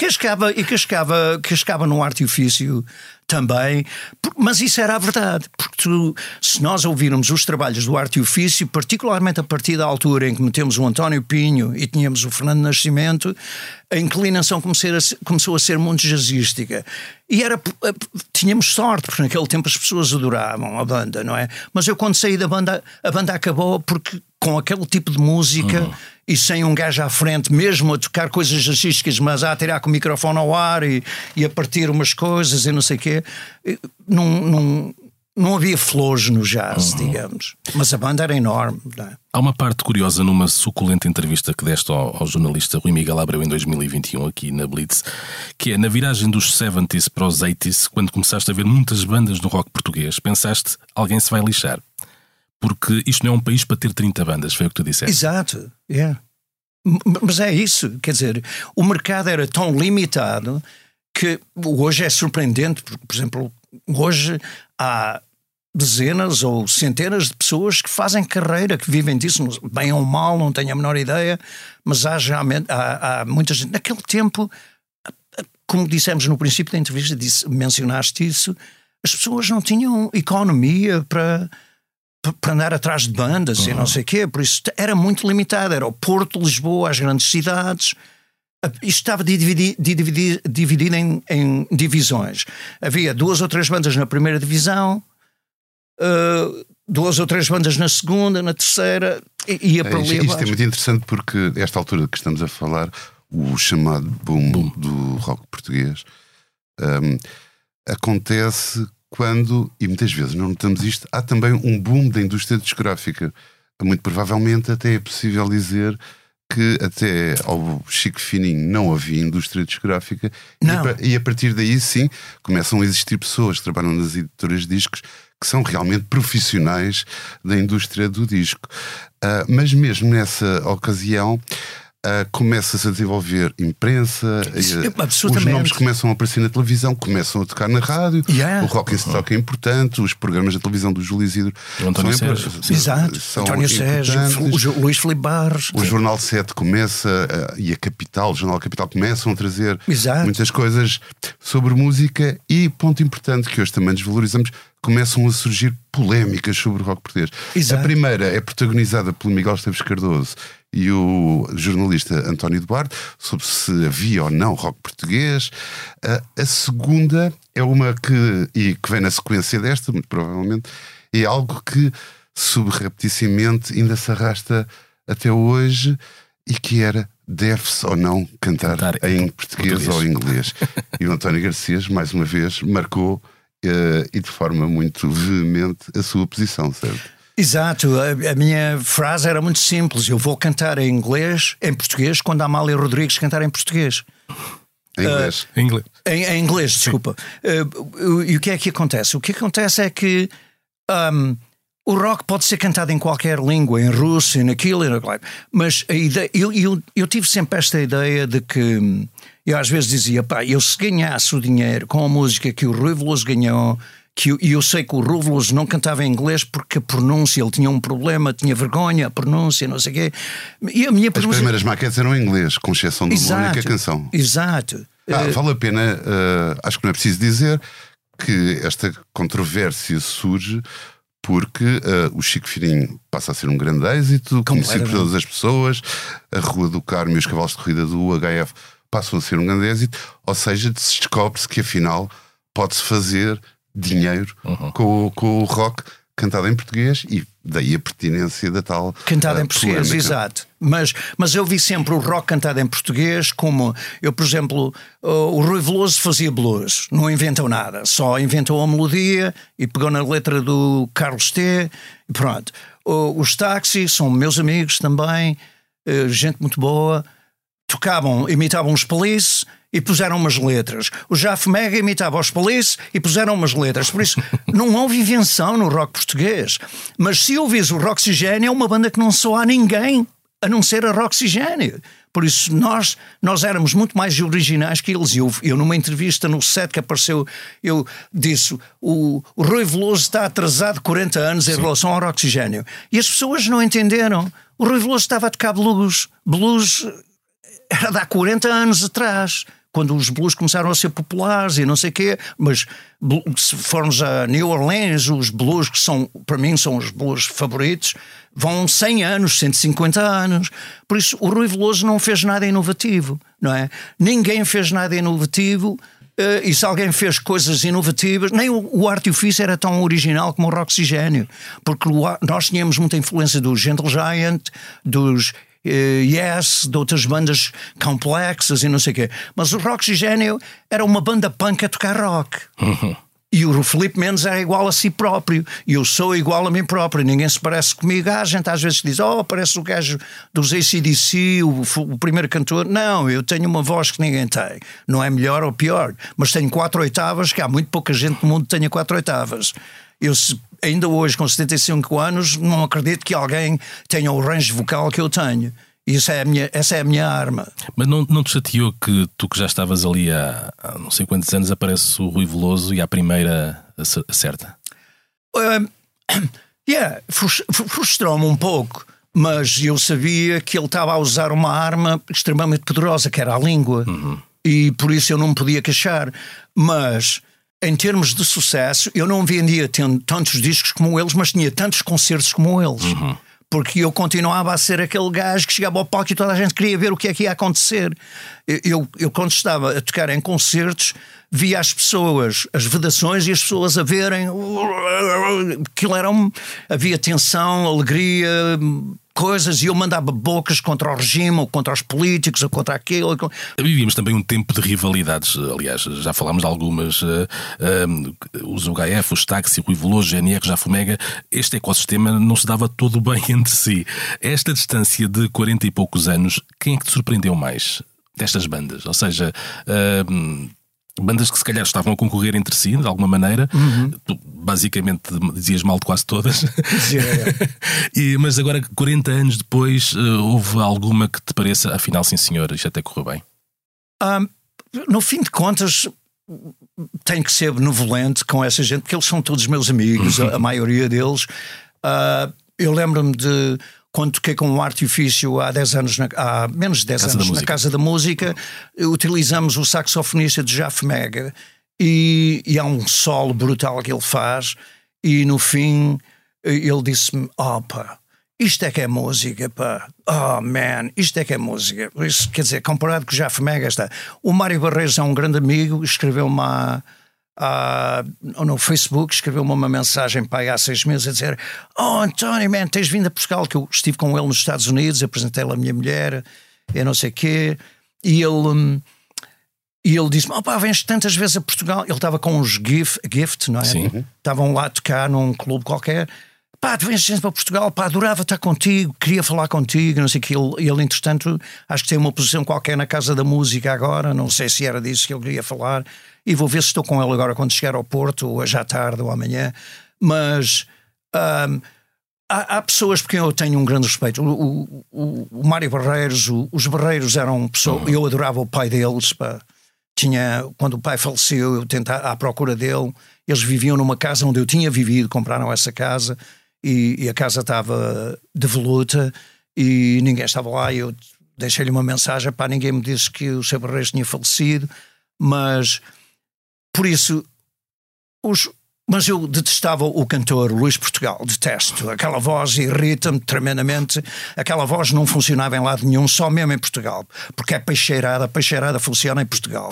cascava no Arte e Ofício também, mas isso era a verdade, porque se nós ouvirmos os trabalhos do Arte e Ofício, particularmente a partir da altura em que metemos o António Pinho e tínhamos o Fernando Nascimento, a inclinação começou a ser muito jazzística. E tínhamos sorte, porque naquele tempo as pessoas adoravam a banda, não é? Mas eu quando saí da banda, a banda acabou porque com aquele tipo de música e sem um gajo à frente, mesmo a tocar coisas jazzísticas, mas a tirar com o microfone ao ar e a partir umas coisas e não sei o quê, não havia flores no jazz, digamos. Mas a banda era enorme. Não é? Há uma parte curiosa numa suculenta entrevista que deste ao jornalista Rui Miguel Abreu em 2021 aqui na Blitz, que é na viragem dos 70s para os 80s, quando começaste a ver muitas bandas no rock português, pensaste, alguém se vai lixar. Porque isto não é um país para ter 30 bandas, foi o que tu disseste. Exato, mas é isso, quer dizer, o mercado era tão limitado que hoje é surpreendente, porque, por exemplo, hoje há dezenas ou centenas de pessoas que fazem carreira, que vivem disso, bem ou mal, não tenho a menor ideia, mas há muita gente. Naquele tempo, como dissemos no princípio da entrevista, mencionaste isso, as pessoas não tinham economia para andar atrás de bandas e não sei o quê, por isso era muito limitado, era o Porto, Lisboa, as grandes cidades. Isto estava dividido em divisões. Havia 2 ou 3 bandas na primeira divisão, 2 ou 3 bandas na segunda, na terceira, e ia para ali abaixo. Isto é muito interessante porque esta altura que estamos a falar, o chamado boom do rock português, acontece quando, e muitas vezes não notamos isto, há também um boom da indústria discográfica. Muito provavelmente até é possível dizer que até ao Chico Fininho não havia indústria discográfica e a partir daí sim começam a existir pessoas que trabalham nas editoras de discos que são realmente profissionais da indústria do disco. Mas mesmo nessa ocasião começa-se a desenvolver imprensa, os nomes começam a aparecer na televisão, começam a tocar na rádio, o Rock in Stock é importante, os programas da televisão do Júlio Isidro, o António Sérgio, António Sérgio, o Luís Filipe Barros, o Jornal 7 começa, e a Capital, o Jornal Capital começam a trazer muitas coisas sobre música e, ponto importante que hoje também desvalorizamos, começam a surgir polémicas sobre o rock português. A primeira é protagonizada pelo Miguel Esteves Cardoso e o jornalista António Duarte, sobre se havia ou não rock português. A segunda é uma que vem na sequência desta, muito provavelmente, é algo que subrepticiamente ainda se arrasta até hoje e que era: deve-se ou não cantar em português ou em inglês? E o António Garcês, mais uma vez, marcou e de forma muito veemente a sua posição, certo? Exato, a minha frase era muito simples: eu vou cantar em inglês, em português, quando a Amália Rodrigues cantar em português. Em inglês, desculpa. E o que é que acontece? O que acontece é que o rock pode ser cantado em qualquer língua, em russo, naquilo, mas a ideia, eu tive sempre esta ideia de que eu às vezes dizia, eu se ganhasse o dinheiro com a música que o Rui Veloso ganhou, e eu sei que o Rui Veloso não cantava em inglês porque a pronúncia, ele tinha um problema, tinha vergonha, a pronúncia, não sei o quê. E a minha As primeiras maquetes eram em inglês, com exceção de uma única canção. Exato. Vale a pena, acho que não é preciso dizer que esta controvérsia surge porque o Chico Fininho passa a ser um grande êxito, conhecido por todas as pessoas, a Rua do Carmo e os cavalos de corrida do UHF passam a ser um grande êxito, ou seja, descobre-se que afinal pode-se fazer dinheiro com o rock cantado em português, e daí a pertinência da tal cantado em português, polémica. Exato. Mas eu vi sempre o rock cantado em português como, por exemplo, o Rui Veloso fazia blues, não inventou nada, só inventou a melodia e pegou na letra do Carlos T. E pronto. Os Táxi são meus amigos também, gente muito boa, imitavam os Police e puseram umas letras. O Jaf Mega imitava os Police e puseram umas letras. Por isso, não houve invenção no rock português. Mas se ouvis o Roxigênio, é uma banda que não soa a ninguém a não ser a Roxigênio. Por isso, nós éramos muito mais originais que eles. Eu numa entrevista no set que apareceu, eu disse: o Rui Veloso está atrasado 40 anos em relação ao Roxigênio. E as pessoas não entenderam. O Rui Veloso estava a tocar blues. Blues era de há 40 anos atrás, quando os blues começaram a ser populares e não sei o quê. Mas se formos a New Orleans, os blues que para mim são os blues favoritos, vão 100 anos, 150 anos. Por isso o Rui Veloso não fez nada inovativo, não é? Ninguém fez nada inovativo. E se alguém fez coisas inovativas, nem o Arte e Ofício era tão original como o Roxigênio, porque nós tínhamos muita influência do Gentle Giant, dos Yes, de outras bandas complexas e não sei o quê. Mas o Roxigênio era uma banda punk a tocar rock. E o Filipe Mendes era igual a si próprio. E eu sou igual a mim próprio. Ninguém se parece comigo. A gente às vezes diz: parece o gajo dos AC/DC, o primeiro cantor. Não, eu tenho uma voz que ninguém tem. Não é melhor ou pior. Mas tenho 4 oitavas, que há muito pouca gente no mundo que tenha 4 oitavas. Eu, ainda hoje, com 75 anos, não acredito que alguém tenha o range vocal que eu tenho. Essa é a minha arma. Mas não te chateou que tu, que já estavas ali há não sei quantos anos, aparece o Rui Veloso e à primeira acerta? Frustrou-me um pouco, mas eu sabia que ele estava a usar uma arma extremamente poderosa, que era a língua, e por isso eu não me podia queixar. Mas em termos de sucesso, eu não vendia tantos discos como eles, mas tinha tantos concertos como eles. Porque eu continuava a ser aquele gajo que chegava ao palco e toda a gente queria ver o que é que ia acontecer. Eu quando estava a tocar em concertos, via as pessoas, as vedações e as pessoas a verem. Havia tensão, alegria, coisas, e eu mandava bocas contra o regime, ou contra os políticos, ou contra aquilo. Vivíamos também um tempo de rivalidades. Aliás, já falámos de algumas. Os UHF, os Táxi, o Rui Veloso, GNR, Jafomega. Este ecossistema não se dava todo bem entre si. Esta distância de 40 e poucos anos, quem é que te surpreendeu mais destas bandas? Ou seja, bandas que se calhar estavam a concorrer entre si, de alguma maneira. Tu basicamente dizias mal de quase todas. Mas agora, 40 anos depois, houve alguma que te pareça, afinal, sim senhor, isto até correu bem? No fim de contas, tenho que ser benevolente com essa gente, porque eles são todos meus amigos, a maioria deles. Eu lembro-me de quando toquei com o Artifício há 10 anos, há menos de 10 anos, na Casa da Música, utilizamos o saxofonista de Jafomega, e há um solo brutal que ele faz, e no fim ele disse-me: pá, isto é que é música, pá. Oh man, isto é que é música. Isso, quer dizer, comparado com o Jafomega, está. O Mário Barreiros é um grande amigo, escreveu-me no Facebook, escreveu-me uma mensagem para aí há 6 meses a dizer: António, man, tens vindo a Portugal, que eu estive com ele nos Estados Unidos, apresentei-lhe a minha mulher, eu não sei o quê, e ele disse-me: pá, vens tantas vezes a Portugal. Ele estava com uns Gift, não é? Sim. Estavam lá a tocar num clube qualquer. Pá, tu vens sempre para Portugal, pá, adorava estar contigo, queria falar contigo, não sei o que. Ele, entretanto, acho que tem uma posição qualquer na Casa da Música agora, não sei se era disso que ele queria falar, e vou ver se estou com ele agora quando chegar ao Porto, ou hoje à tarde ou amanhã. Mas há pessoas por quem eu tenho um grande respeito. O Mário Barreiros, os Barreiros eram pessoas, eu adorava o pai deles, pá. Quando o pai faleceu, eu tentei à procura dele. Eles viviam numa casa onde eu tinha vivido, compraram essa casa, e a casa estava devoluta e ninguém estava lá. Eu deixei-lhe uma mensagem, pá, ninguém me disse que o seu Barreiros tinha falecido, mas por isso mas eu detestava o cantor Luís Portugal, detesto. Aquela voz irrita-me tremendamente. Aquela voz não funcionava em lado nenhum, só mesmo em Portugal, porque é peixeirada. A peixeirada funciona em Portugal.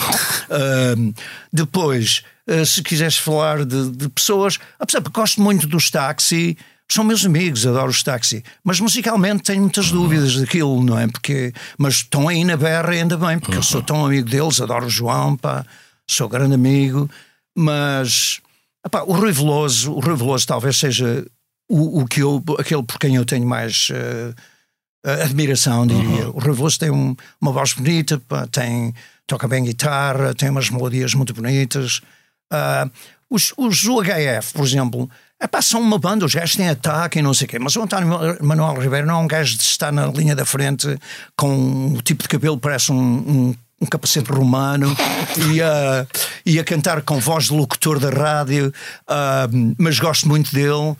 Depois, se quiseres falar de pessoas, apesar de que gosto muito dos Táxi, são meus amigos, adoro os Táxi, mas musicalmente tenho muitas dúvidas daquilo, não é? Mas estão aí na berra, ainda bem, porque eu sou tão amigo deles, adoro o João, pá, sou grande amigo, mas o Rui Veloso talvez seja aquele por quem eu tenho mais admiração, diria. O Rui Veloso tem uma voz bonita, pá, toca bem guitarra, tem umas melodias muito bonitas. Os UHF, por exemplo, são uma banda, os gajos têm ataque e não sei o quê, mas o António Manuel Ribeiro não é um gajo de estar na linha da frente com um tipo de cabelo que parece um capacete romano e a cantar com voz de locutor da rádio, mas gosto muito dele.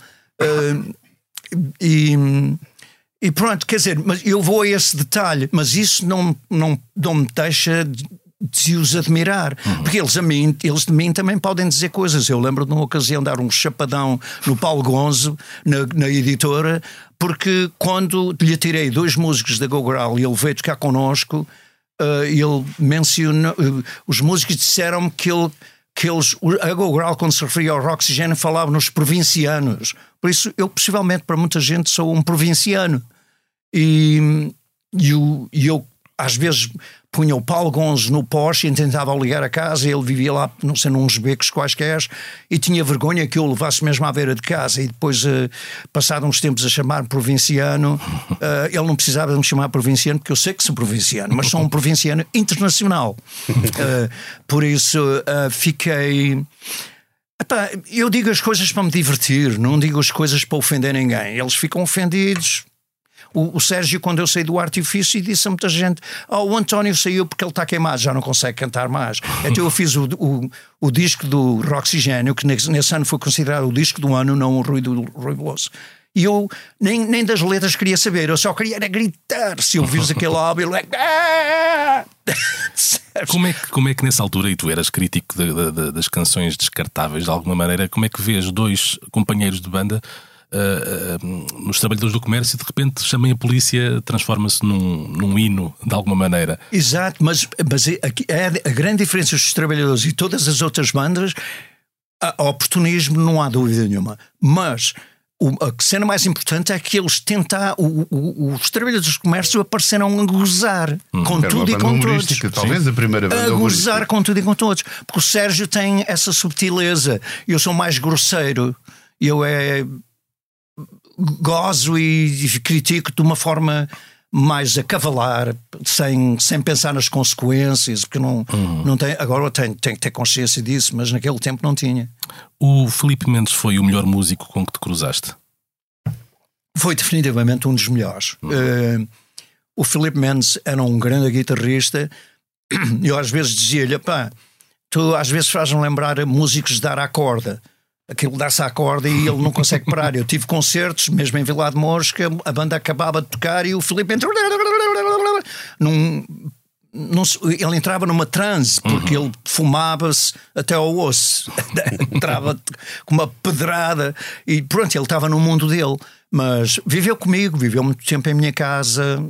E pronto, quer dizer, mas eu vou a esse detalhe, mas isso não me deixa de os admirar, porque eles de mim também podem dizer coisas. Eu lembro de uma ocasião dar um chapadão no Paulo Gonzo, na editora, porque quando lhe tirei 2 músicos da Gogral e ele veio tocar connosco, ele mencionou, os músicos disseram-me que a Gogral, quando se referia ao Roxigênio, falava nos provincianos. Por isso, eu possivelmente para muita gente sou um provinciano, e eu às vezes punha o Paulo Gonzo no poste e tentava ligar a casa, e ele vivia lá, não sei, nos becos quaisquer, e tinha vergonha que eu o levasse mesmo à beira de casa, e depois, passado uns tempos a chamar provinciano, ele não precisava de me chamar provinciano, porque eu sei que sou provinciano, mas sou um provinciano internacional. Por isso fiquei... Epá, eu digo as coisas para me divertir, não digo as coisas para ofender ninguém. Eles ficam ofendidos. O Sérgio, quando eu saí do Artifício, disse a muita gente: o António saiu porque ele está queimado, já não consegue cantar mais. Então eu fiz o disco do Roxigênio, que nesse ano foi considerado o disco do ano, não o Rui Veloso. E eu nem das letras queria saber, eu só queria era gritar. Se eu visse aquele álbum, eu... Como é que nessa altura, e tu eras crítico das canções descartáveis de alguma maneira, como é que vês dois companheiros de banda nos Trabalhadores do Comércio, de repente chamem a polícia, transforma-se num hino de alguma maneira? Exato, mas aqui é a grande diferença dos Trabalhadores e todas as outras bandas. A oportunismo não há dúvida nenhuma, mas a cena mais importante é que eles tentaram, os Trabalhadores do Comércio apareceram a gozar com tudo e com todos. Talvez a primeira banda a gozar com tudo e com todos, porque o Sérgio tem essa subtileza. Eu sou mais grosseiro, eu gozo e critico de uma forma mais a cavalar, sem pensar nas consequências, porque não tem, agora eu tenho que ter consciência disso, mas naquele tempo não tinha. O Filipe Mendes foi o melhor músico com que te cruzaste? Foi definitivamente um dos melhores. O Filipe Mendes era um grande guitarrista. Eu às vezes dizia-lhe: pá, tu às vezes fazes-me lembrar músicos de dar à corda. Aquilo dá-se à corda e ele não consegue parar. Eu tive concertos, mesmo em Vila de Mouros, que a banda acabava de tocar e o Filipe entrou... Ele entrava numa transe, porque ele fumava-se até ao osso. Entrava com uma pedrada e pronto, ele estava no mundo dele. Mas viveu comigo, viveu muito tempo em minha casa.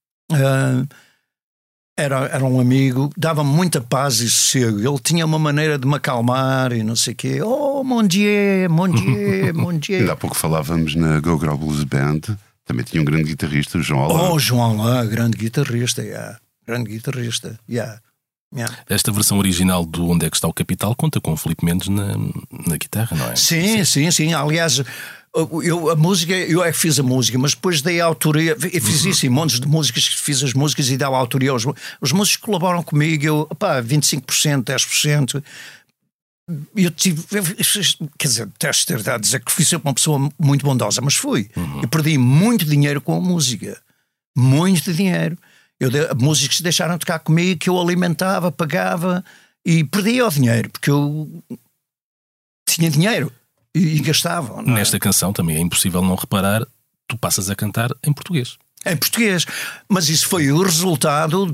Era um amigo, dava-me muita paz e sossego. Ele tinha uma maneira de me acalmar e não sei o quê. Mon Dieu, mon Dieu, mon Dieu. Ainda há pouco falávamos na Go Girl Blues Band. Também tinha um grande guitarrista, o João Alain. João Alain, grande guitarrista, grande guitarrista, Esta versão original do Onde é que está o Capital conta com o Filipe Mendes na guitarra, não é? Sim. Aliás, eu é que fiz a música, mas depois dei a autoria. Eu fiz isso em montes de músicas, fiz as músicas e dava a autoria aos músicos que colaboram comigo. 25%, 10%. Eu tive, quer dizer, testo ter dado a dizer que fui sempre uma pessoa muito bondosa, mas fui. Eu perdi muito dinheiro com a música, muito dinheiro. Músicos deixaram de tocar comigo, que eu alimentava, pagava e perdia o dinheiro, porque eu tinha dinheiro e gastava. Nesta canção também é impossível não reparar, tu passas a cantar em português. Em português, mas isso foi o resultado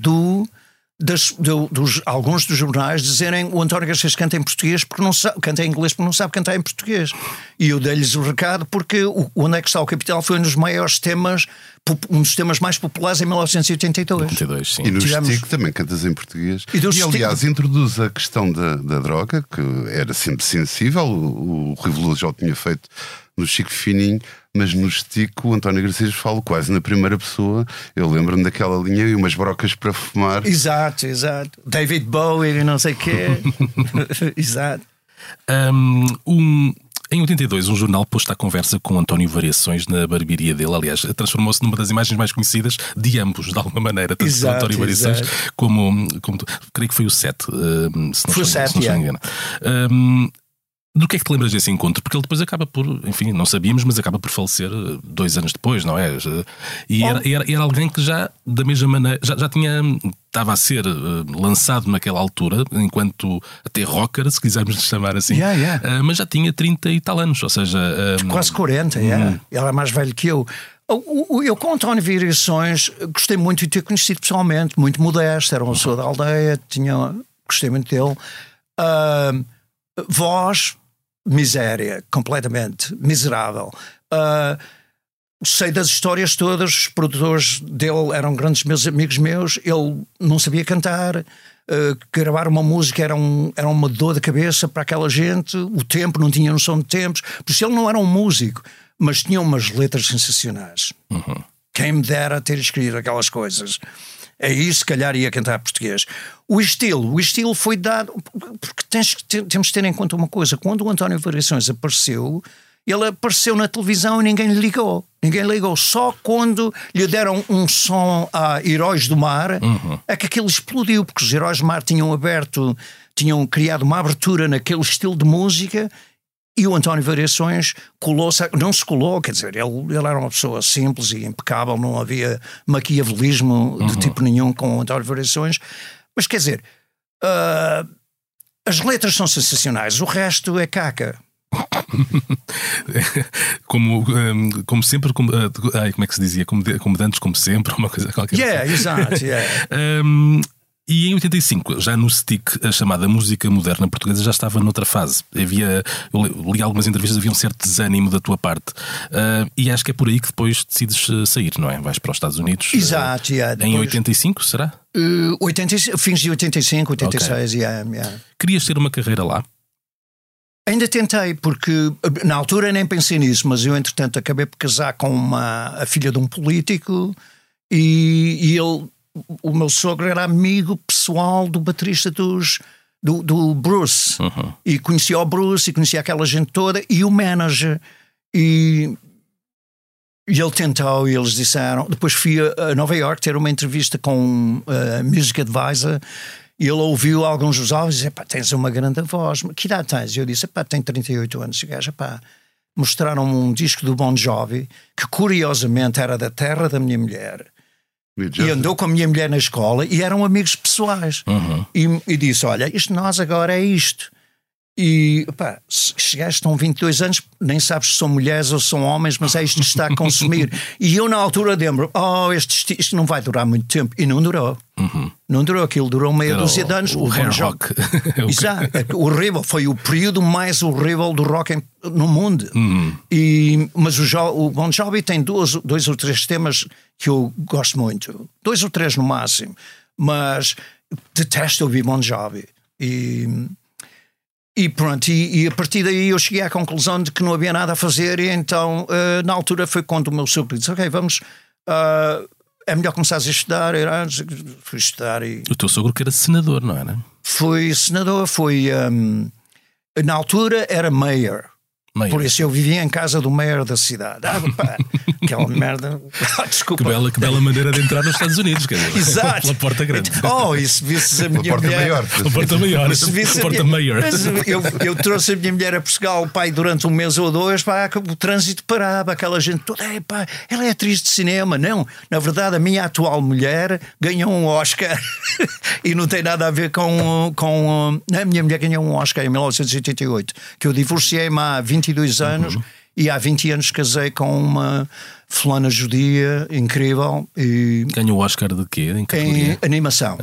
alguns dos jornais dizerem: o António Garcês canta em português porque não sabe, canta em inglês porque não sabe cantar em português. E eu dei-lhes o recado, porque Onde é que está o Capital foi um dos maiores temas, um dos temas mais populares em 1982. 82, sim. E no Estico também cantas em português. E aliás, introduz a questão da droga, que era sempre sensível. O Rui Veloso já o tinha feito no Chico Fininho, mas no Estico o António Garcês fala quase na primeira pessoa. Eu lembro-me daquela linha e umas brocas para fumar. Exato. David Bowie e não sei o quê. Exato. Em 82, um jornal pôs-te à conversa com António Variações na barbearia dele. Aliás, transformou-se numa das imagens mais conhecidas de ambos, de alguma maneira. Tanto exato, António Variações como tu. Creio que foi o 7, se não estou engano. Do que é que te lembras desse encontro? Porque ele depois acaba por, enfim, não sabíamos, mas acaba por falecer 2 anos depois, não é? E era alguém que já, da mesma maneira, já estava a ser lançado naquela altura, enquanto até rocker, se quisermos chamar assim, mas já tinha 30 e tal anos, ou seja... quase 40, Ele é mais velho que eu. Eu com António Variações gostei muito de ter conhecido pessoalmente, muito modesto, era uma pessoa da aldeia, gostei muito dele. Voz... miséria, completamente miserável. Sei das histórias todas. Os produtores dele eram grandes amigos meus. Ele não sabia cantar. Gravar uma música era uma dor de cabeça para aquela gente. O tempo, não tinha noção de tempos. Por isso ele não era um músico, mas tinha umas letras sensacionais. Quem me dera ter escrito aquelas coisas. Aí se calhar ia cantar português. O estilo foi dado, porque temos de ter em conta uma coisa: quando o António Variações apareceu, ele apareceu na televisão e ninguém lhe ligou. Ninguém ligou. Só quando lhe deram um som a Heróis do Mar é que aquilo explodiu, porque os Heróis do Mar tinham criado uma abertura naquele estilo de música. E o António Variações não se colou, quer dizer, ele era uma pessoa simples e impecável, não havia maquiavelismo de tipo nenhum com o António Variações, mas quer dizer, as letras são sensacionais, o resto é caca. como sempre, como é que se dizia? Como dantes, como sempre, uma coisa qualquer. Exato. E em 85, já no STIC, a chamada música moderna portuguesa já estava noutra fase. Eu li algumas entrevistas, havia um certo desânimo da tua parte. E acho que é por aí que depois decides sair, não é? Vais para os Estados Unidos. Exato, Em 85, será? Fins de 85, 86, okay. Querias ter uma carreira lá? Ainda tentei, porque na altura nem pensei nisso, mas eu entretanto acabei por casar com a filha de um político e ele... O meu sogro era amigo pessoal do baterista do Bruce. E conhecia o Bruce e conhecia aquela gente toda e o manager. E ele tentou e eles disseram. Depois fui a Nova York ter uma entrevista com a Music Advisor e ele ouviu alguns dos áudios e disse: tens uma grande voz. Que idade tens? E eu disse: tenho 38 anos. E o gajo, mostraram-me um disco do Bon Jovi que curiosamente era da terra da minha mulher. E andou com a minha mulher na escola e eram amigos pessoais. E disse: olha, isto nós agora é isto. E se chegaste, estão 22 anos, nem sabes se são mulheres ou são homens, mas é isto que está a consumir. E eu na altura lembro: isto não vai durar muito tempo. E não durou. Não durou aquilo, durou meia dúzia de anos. O hair rock. Exato, horrível. Foi o período mais horrível do rock no mundo. Mas o Bon Jovi tem dois ou três temas que eu gosto muito. 2 ou 3 no máximo. Mas detesto ouvir Bon Jovi. E pronto, e a partir daí eu cheguei à conclusão de que não havia nada a fazer. E então, na altura, foi quando o meu sogro disse: ok, vamos... é melhor começares a estudar. Fui estudar e... O teu sogro que era senador, não era? Foi senador, na altura era mayor. Por isso eu vivia em casa do mayor da cidade. Aquela merda. Desculpa. Que bela maneira de entrar nos Estados Unidos, quer dizer. Exato. Pela porta grande. E se visse a minha porta mulher. Maior. A porta maior. Porta maior. Eu trouxe a minha mulher a Portugal, durante 1 mês ou 2, o trânsito parava, aquela gente toda. Ela é atriz de cinema. Não, na verdade, a minha atual mulher ganhou um Oscar e não tem nada a ver com a minha mulher ganhou um Oscar em 1988, que eu divorciei-me há 22 anos e há 20 anos casei com uma fulana judia incrível. Ganhou o Oscar de quê? Em animação.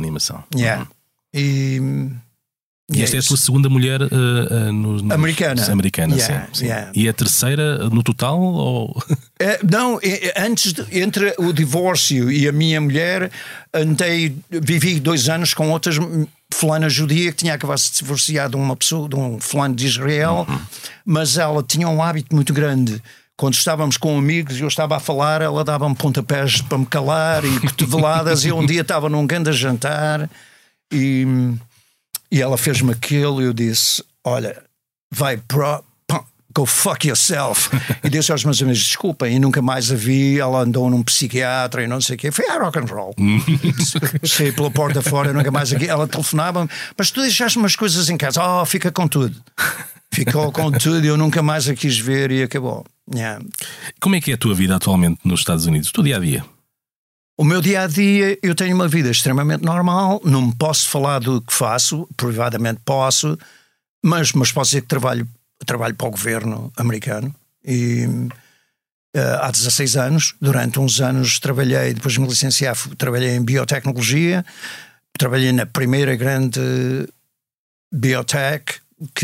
E esta é a tua segunda mulher americana. Sim. E a terceira no total? Ou... Não, entre o divórcio e a minha mulher, vivi 2 anos com outras fulana judia que tinha acabado de se divorciar de uma pessoa, de um fulano de Israel, mas ela tinha um hábito muito grande. Quando estávamos com amigos e eu estava a falar, ela dava-me pontapés para me calar e cotoveladas. E um dia estava num grande jantar e ela fez-me aquilo e eu disse: olha, vai go fuck yourself. E disse aos meus amigos: desculpem, e nunca mais a vi. Ela andou num psiquiatra e não sei o quê. Foi a rock and roll. Saí pela porta fora, nunca mais aqui. Ela telefonava-me: mas tu deixaste umas coisas em casa. Fica com tudo. Ficou com tudo e eu nunca mais a quis ver e acabou. Como é que é a tua vida atualmente nos Estados Unidos? O teu dia-a-dia? O meu dia-a-dia, eu tenho uma vida extremamente normal. Não me posso falar do que faço. Privadamente posso. Mas posso dizer que trabalho para o governo americano e há 16 anos, durante uns anos trabalhei, depois de me licenciar, trabalhei em biotecnologia, trabalhei na primeira grande biotech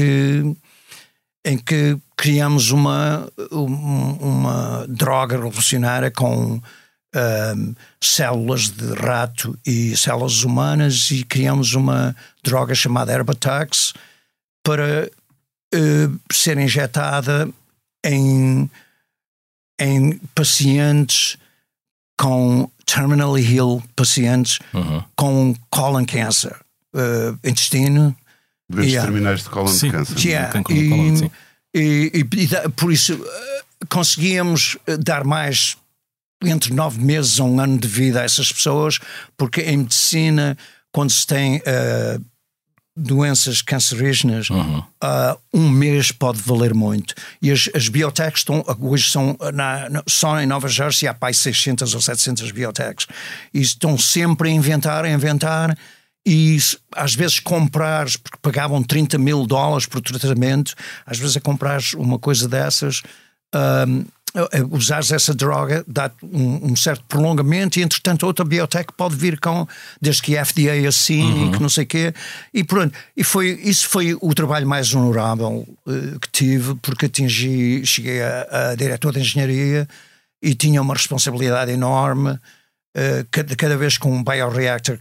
em que criamos uma droga revolucionária com células de rato e células humanas e criamos uma droga chamada Herbatax para ser injetada em pacientes com terminally ill pacientes com colon cancer, intestino. Doenças terminais de colon de câncer. Cancro no cólon, sim. E por isso conseguíamos dar mais entre 9 meses a 1 ano de vida a essas pessoas, porque em medicina, quando se tem doenças cancerígenas, 1 mês pode valer muito. E as biotechs hoje são só em Nova Jersey há 600 ou 700 biotechs e estão sempre a inventar. E às vezes comprares, porque pagavam $30 mil por tratamento, às vezes a comprares uma coisa dessas, usares essa droga, dá-te um certo prolongamento, e entretanto outra biotech pode vir com, desde que a FDA assine, que não sei o quê, e pronto. Isso foi o trabalho mais honorável que tive, porque cheguei a diretor de engenharia e tinha uma responsabilidade enorme. Cada vez que um bioreactor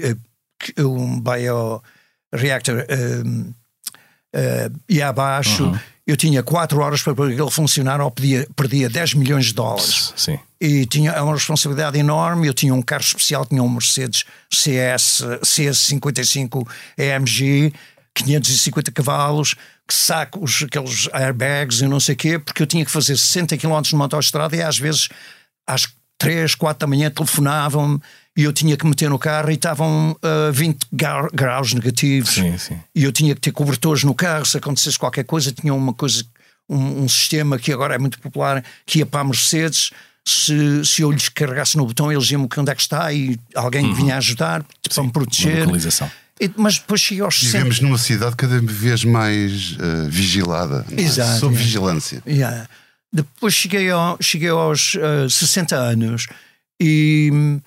ia abaixo, eu tinha 4 horas para ele funcionar ou perdia $10 milhões. Sim. E tinha uma responsabilidade enorme. Eu tinha um carro especial, tinha um Mercedes CS55 AMG, 550 cavalos, que saca aqueles airbags e não sei o quê, porque eu tinha que fazer 60 km numa autoestrada e às vezes às 3, 4 da manhã telefonavam-me e eu tinha que meter no carro e estavam 20 graus negativos. Sim. E eu tinha que ter cobertores no carro. Se acontecesse qualquer coisa, tinha uma coisa, um sistema que agora é muito popular, que ia para a Mercedes. Se eu lhes carregasse no botão, eles iam-me onde é que está e alguém vinha ajudar para me proteger. Mas depois cheguei aos 60. Vivemos numa cidade cada vez mais vigilada. Exato, sob vigilância. Depois cheguei aos 60 anos e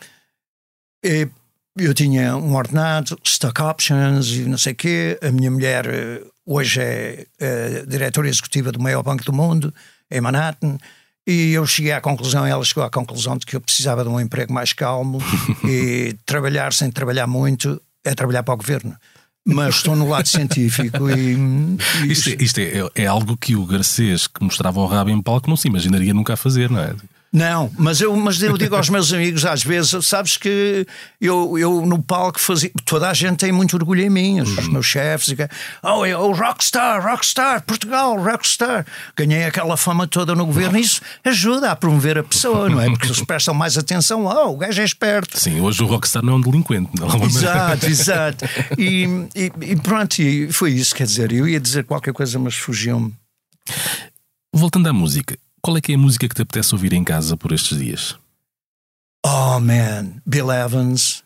eu tinha um ordenado, stock options e não sei o quê. A minha mulher hoje é diretora executiva do maior banco do mundo, em Manhattan. E eu cheguei à conclusão, ela chegou à conclusão de que eu precisava de um emprego mais calmo e trabalhar sem trabalhar muito é trabalhar para o governo. Mas estou no lado científico e Isto é algo que o Garcês, que mostrava o rabo em palco, não se imaginaria nunca a fazer, não é? Não, mas eu digo aos meus amigos às vezes, sabes que eu no palco fazia, toda a gente tem muito orgulho em mim, os meus chefes, o Rockstar, Portugal, Rockstar. Ganhei aquela fama toda no governo e isso ajuda a promover a pessoa, não é? Porque eles prestam mais atenção, o gajo é esperto. Sim, hoje o Rockstar não é um delinquente. Não. Exato. E pronto, e foi isso, quer dizer, eu ia dizer qualquer coisa, mas fugiu-me. Voltando à música. Qual é que é a música que te apetece ouvir em casa por estes dias? Oh man, Bill Evans,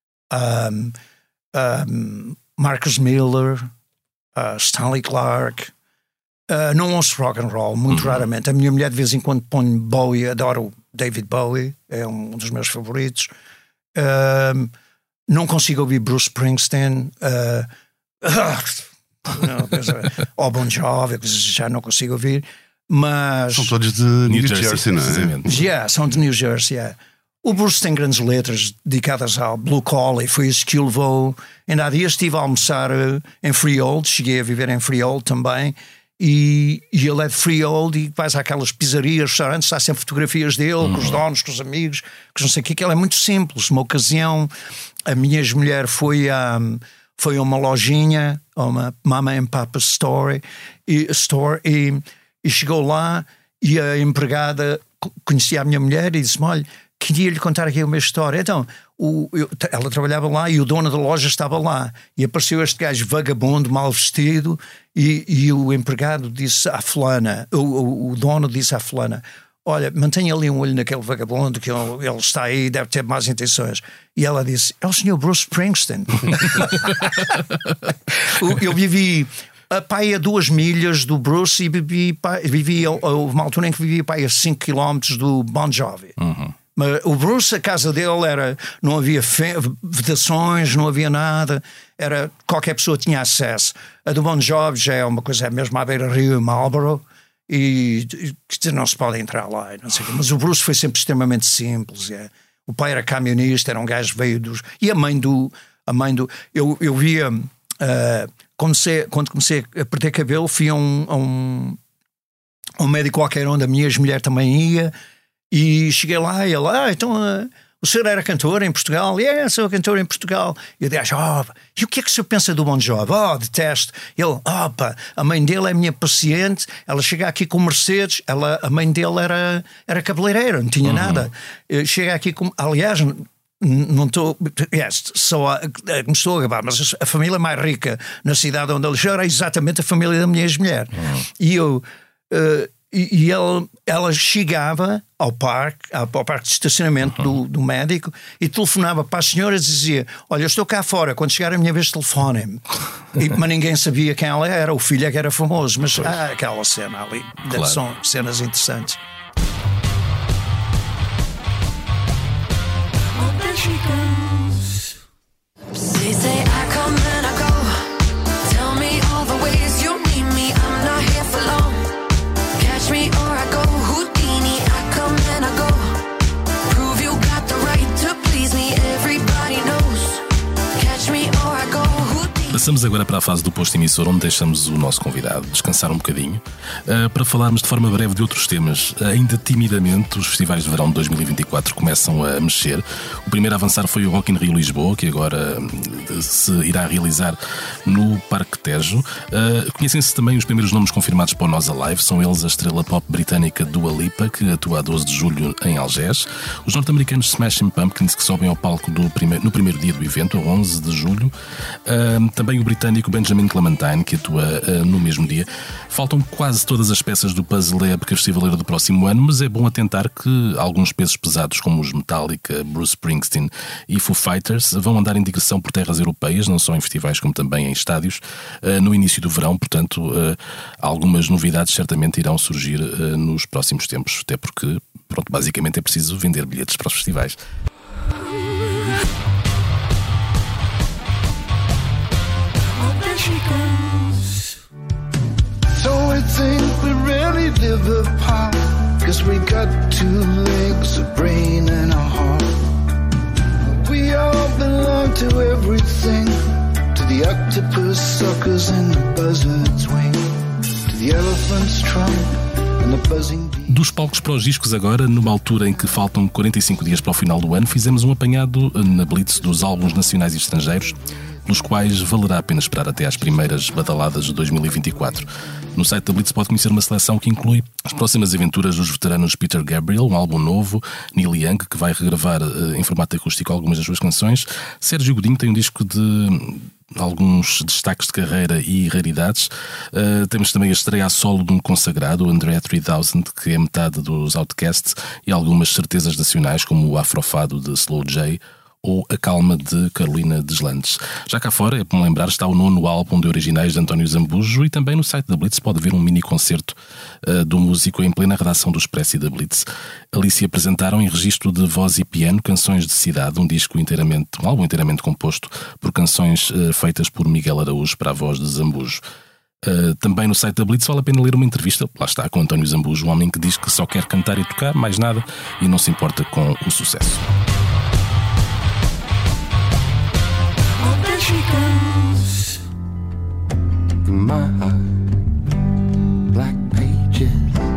Marcus Miller, Stanley Clarke. Não ouço rock and roll, muito raramente. A minha mulher de vez em quando põe Bowie, adoro David Bowie, é um dos meus favoritos. Não consigo ouvir Bruce Springsteen, ou Bon Jovi, já não consigo ouvir. Mas são todos de New Jersey, não é? São de New Jersey. O Bruce tem grandes letras dedicadas ao Blue Collar, foi isso que o levou. Ainda há dias estive a almoçar em Freehold, cheguei a viver em Freehold também, e ele é de Freehold e vais àquelas pizzarias, restaurantes, há sempre fotografias dele, com os donos, com os amigos, que não sei o que ele é muito simples. Uma ocasião, a minha ex-mulher foi a uma lojinha, uma Mama and Papa Store, e chegou lá e a empregada conhecia a minha mulher e disse-me: olha, queria lhe contar aqui uma história. Então, ela trabalhava lá e o dono da loja estava lá. E apareceu este gajo vagabundo, mal vestido, e o empregado disse à fulana, o dono disse à fulana: olha, mantenha ali um olho naquele vagabundo, que ele está aí, deve ter más intenções. E ela disse: é o senhor Bruce Springsteen. Eu vivi a 2 milhas do Bruce e houve uma altura em que vivia a 5 km do Bon Jovi. Mas o Bruce, a casa dele não havia vedações, não havia nada, qualquer pessoa tinha acesso. A do Bon Jovi já é uma coisa, mesmo à beira-rio e Marlborough, e não se pode entrar lá, não sei o quê. Mas o Bruce foi sempre extremamente simples. O pai era camionista, era um gajo veio dos... E a mãe do... Eu via... Quando comecei a perder cabelo, fui a um médico qualquer onde a minha ex-mulher também ia, e cheguei lá e ele, então o senhor era cantor em Portugal? Sou cantor em Portugal. E eu disse, e o que é que o senhor pensa do Bon Jovi? Detesto. Ele, pá, a mãe dele é minha paciente, ela chega aqui com Mercedes, a mãe dele era cabeleireira, não tinha nada. Chega aqui com, aliás, não estou, me estou a gabar, mas a família mais rica na cidade onde ele chegou era exatamente a família da minha ex-mulher. E eu... E ela chegava ao parque de estacionamento do médico e telefonava para as senhoras e dizia: olha, eu estou cá fora, quando chegar a minha vez telefonem-me. Mas ninguém sabia quem ela era, o filho é que era famoso. Mas aquela cena ali, claro. São cenas interessantes. Passamos agora para a fase do posto emissor, onde deixamos o nosso convidado descansar um bocadinho, para falarmos de forma breve de outros temas. Ainda timidamente, os festivais de verão de 2024 começam a mexer. O primeiro a avançar foi o Rock in Rio Lisboa, que agora se irá realizar no Parque Tejo. Conhecem-se também os primeiros nomes confirmados para o Nós Alive. São eles a estrela pop britânica Dua Lipa, que atua a 12 de julho em Algés. Os norte-americanos Smashing Pumpkins, que sobem ao palco no primeiro dia do evento, a 11 de julho. Também o britânico Benjamin Clementine, que atua no mesmo dia. Faltam quase todas as peças do puzzle da época festivaleira do próximo ano, mas é bom atentar que alguns pesos pesados, como os Metallica, Bruce Springsteen e Foo Fighters, vão andar em digressão por terras europeias, não só em festivais como também em estádios, no início do verão. Portanto, algumas novidades certamente irão surgir nos próximos tempos, até porque, basicamente é preciso vender bilhetes para os festivais. So I think we really live apart, 'cause we got 2 legs, a brain and a heart. We all belong to everything, to the octopus suckers and the buzzard's wing, to the elephant's trunk and the buzzing bee. Dos palcos para os discos agora, numa altura em que faltam 45 dias para o final do ano, fizemos um apanhado na Blitz dos álbuns nacionais e estrangeiros, nos quais valerá a pena esperar até às primeiras badaladas de 2024. No site da Blitz pode conhecer uma seleção que inclui as próximas aventuras dos veteranos Peter Gabriel, um álbum novo, Neil Young, que vai regravar em formato acústico algumas das suas canções, Sérgio Godinho tem um disco de alguns destaques de carreira e raridades. Temos também a estreia a solo de um consagrado, o André 3000, que é metade dos Outcasts, e algumas certezas nacionais, como o Afrofado de Slow J ou A Calma de Carolina Deslandes. Já cá fora, é bom lembrar, está o 9º álbum de originais de António Zambujo, e também no site da Blitz pode ver um mini concerto do músico em plena redação do Expresso e da Blitz. Ali se apresentaram em registro de voz e piano Canções de Cidade, um álbum inteiramente composto por canções feitas por Miguel Araújo para a voz de Zambujo. Também no site da Blitz vale a pena ler uma entrevista, lá está, com António Zambujo, um homem que diz que só quer cantar e tocar, mais nada, e não se importa com o sucesso. She goes in my heart, black pages.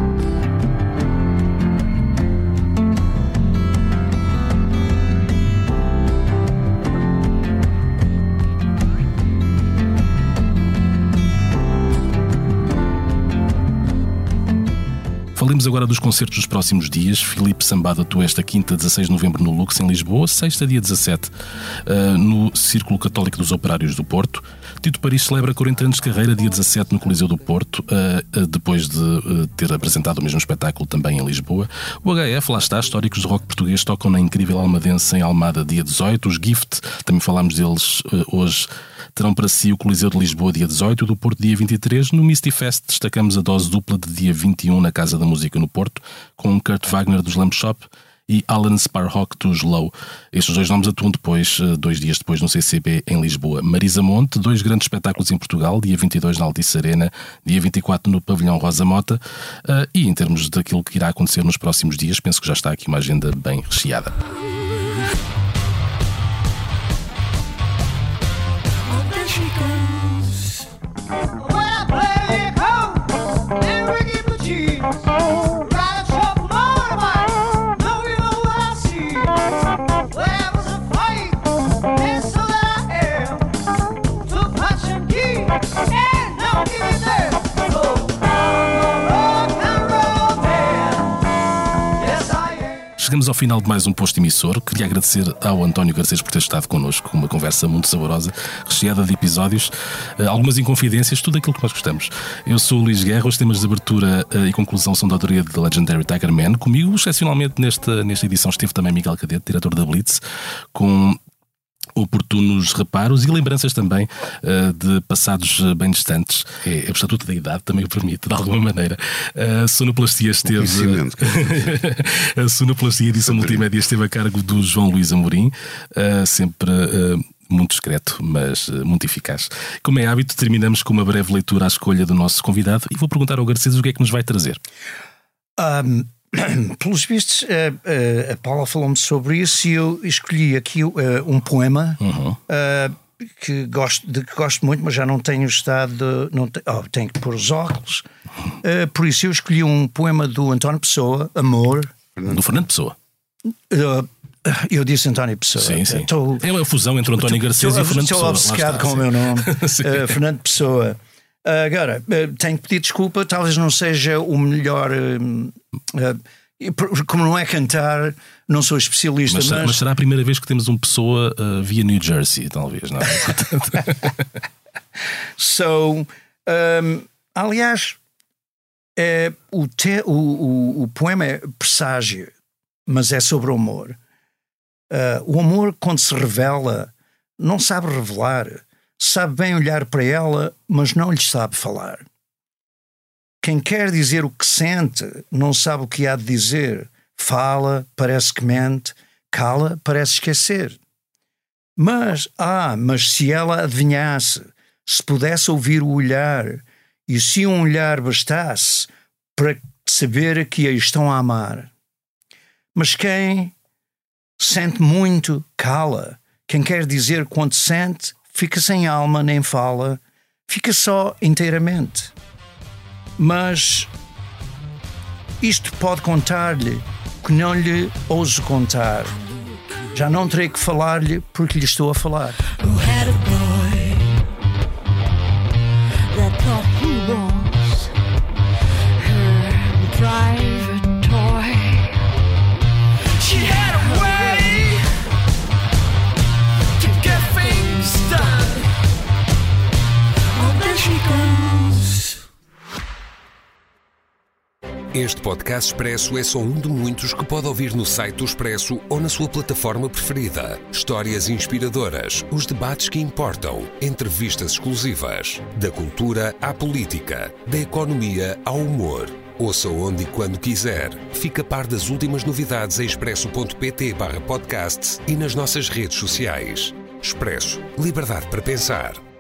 Falemos agora dos concertos dos próximos dias. Filipe Sambado atua esta quinta, 16 de novembro, no Lux, em Lisboa. Sexta, dia 17, no Círculo Católico dos Operários do Porto. Tito Paris celebra 40 anos de carreira, dia 17, no Coliseu do Porto, depois de ter apresentado o mesmo espetáculo também em Lisboa. O HF, lá está, históricos do rock português, tocam na incrível Almadense, em Almada, dia 18. Os Gift, também falámos deles hoje, terão para si o Coliseu de Lisboa, dia 18, e do Porto, dia 23. No Misty Fest destacamos a dose dupla de dia 21 na Casa da Música no Porto, com Kurt Wagner dos Lamp Shop e Alan Sparhawk dos Low. Estes dois nomes atuam depois, 2 dias depois, no CCB em Lisboa. Marisa Monte, 2 grandes espetáculos em Portugal, dia 22 na Altice Arena, dia 24 no Pavilhão Rosa Mota. E em termos daquilo que irá acontecer nos próximos dias, penso que já está aqui uma agenda bem recheada. Chegamos ao final de mais um Posto Emissor. Queria agradecer ao António Garcês por ter estado connosco, com uma conversa muito saborosa, recheada de episódios, algumas inconfidências, tudo aquilo que nós gostamos. Eu sou o Luís Guerra, os temas de abertura e conclusão são da autoria de Legendary Tiger Man. Comigo, excepcionalmente, nesta edição esteve também Miguel Cadete, diretor da Blitz, com oportunos reparos e lembranças também de passados bem distantes. É o estatuto da idade, também o permite, de alguma maneira. A sonoplastia esteve. A sonoplastia edição multimédia esteve a cargo do João Luís Amorim, sempre muito discreto, mas muito eficaz. Como é hábito, terminamos com uma breve leitura à escolha do nosso convidado e vou perguntar ao Garcês o que é que nos vai trazer. Pelos vistos, a Paula falou-me sobre isso e eu escolhi aqui um poema que gosto muito, mas já não tenho estado. Tenho que pôr os óculos. Por isso, eu escolhi um poema do António Pessoa, Amor. Do Fernando Pessoa. Eu disse António Pessoa. Sim. É uma fusão entre o António Garcês e o Fernando Pessoa. Estou obcecado com o meu nome. Fernando Pessoa. Agora, tenho que pedir desculpa, talvez não seja o melhor. Como não é cantar, não sou especialista. Mas será a primeira vez que temos uma pessoa via New Jersey, talvez, não é? Aliás, o poema é presságio, mas é sobre o amor. O amor, quando se revela, não sabe revelar. Sabe bem olhar para ela, mas não lhe sabe falar. Quem quer dizer o que sente, não sabe o que há de dizer. Fala, parece que mente. Cala, parece esquecer. Mas se ela adivinhasse, se pudesse ouvir o olhar, e se um olhar bastasse para saber que a estão a amar. Mas quem sente muito, cala. Quem quer dizer quanto sente, fica sem alma nem fala, fica só inteiramente. Mas isto pode contar-lhe que não lhe ouso contar. Já não terei que falar-lhe porque lhe estou a falar. Who had a boy that thought he was her private toy. She had a way to get things done. Oh, there she goes. Este podcast Expresso é só um de muitos que pode ouvir no site do Expresso ou na sua plataforma preferida. Histórias inspiradoras, os debates que importam, entrevistas exclusivas. Da cultura à política, da economia ao humor. Ouça onde e quando quiser. Fica a par das últimas novidades em expresso.pt/podcast e nas nossas redes sociais. Expresso. Liberdade para pensar.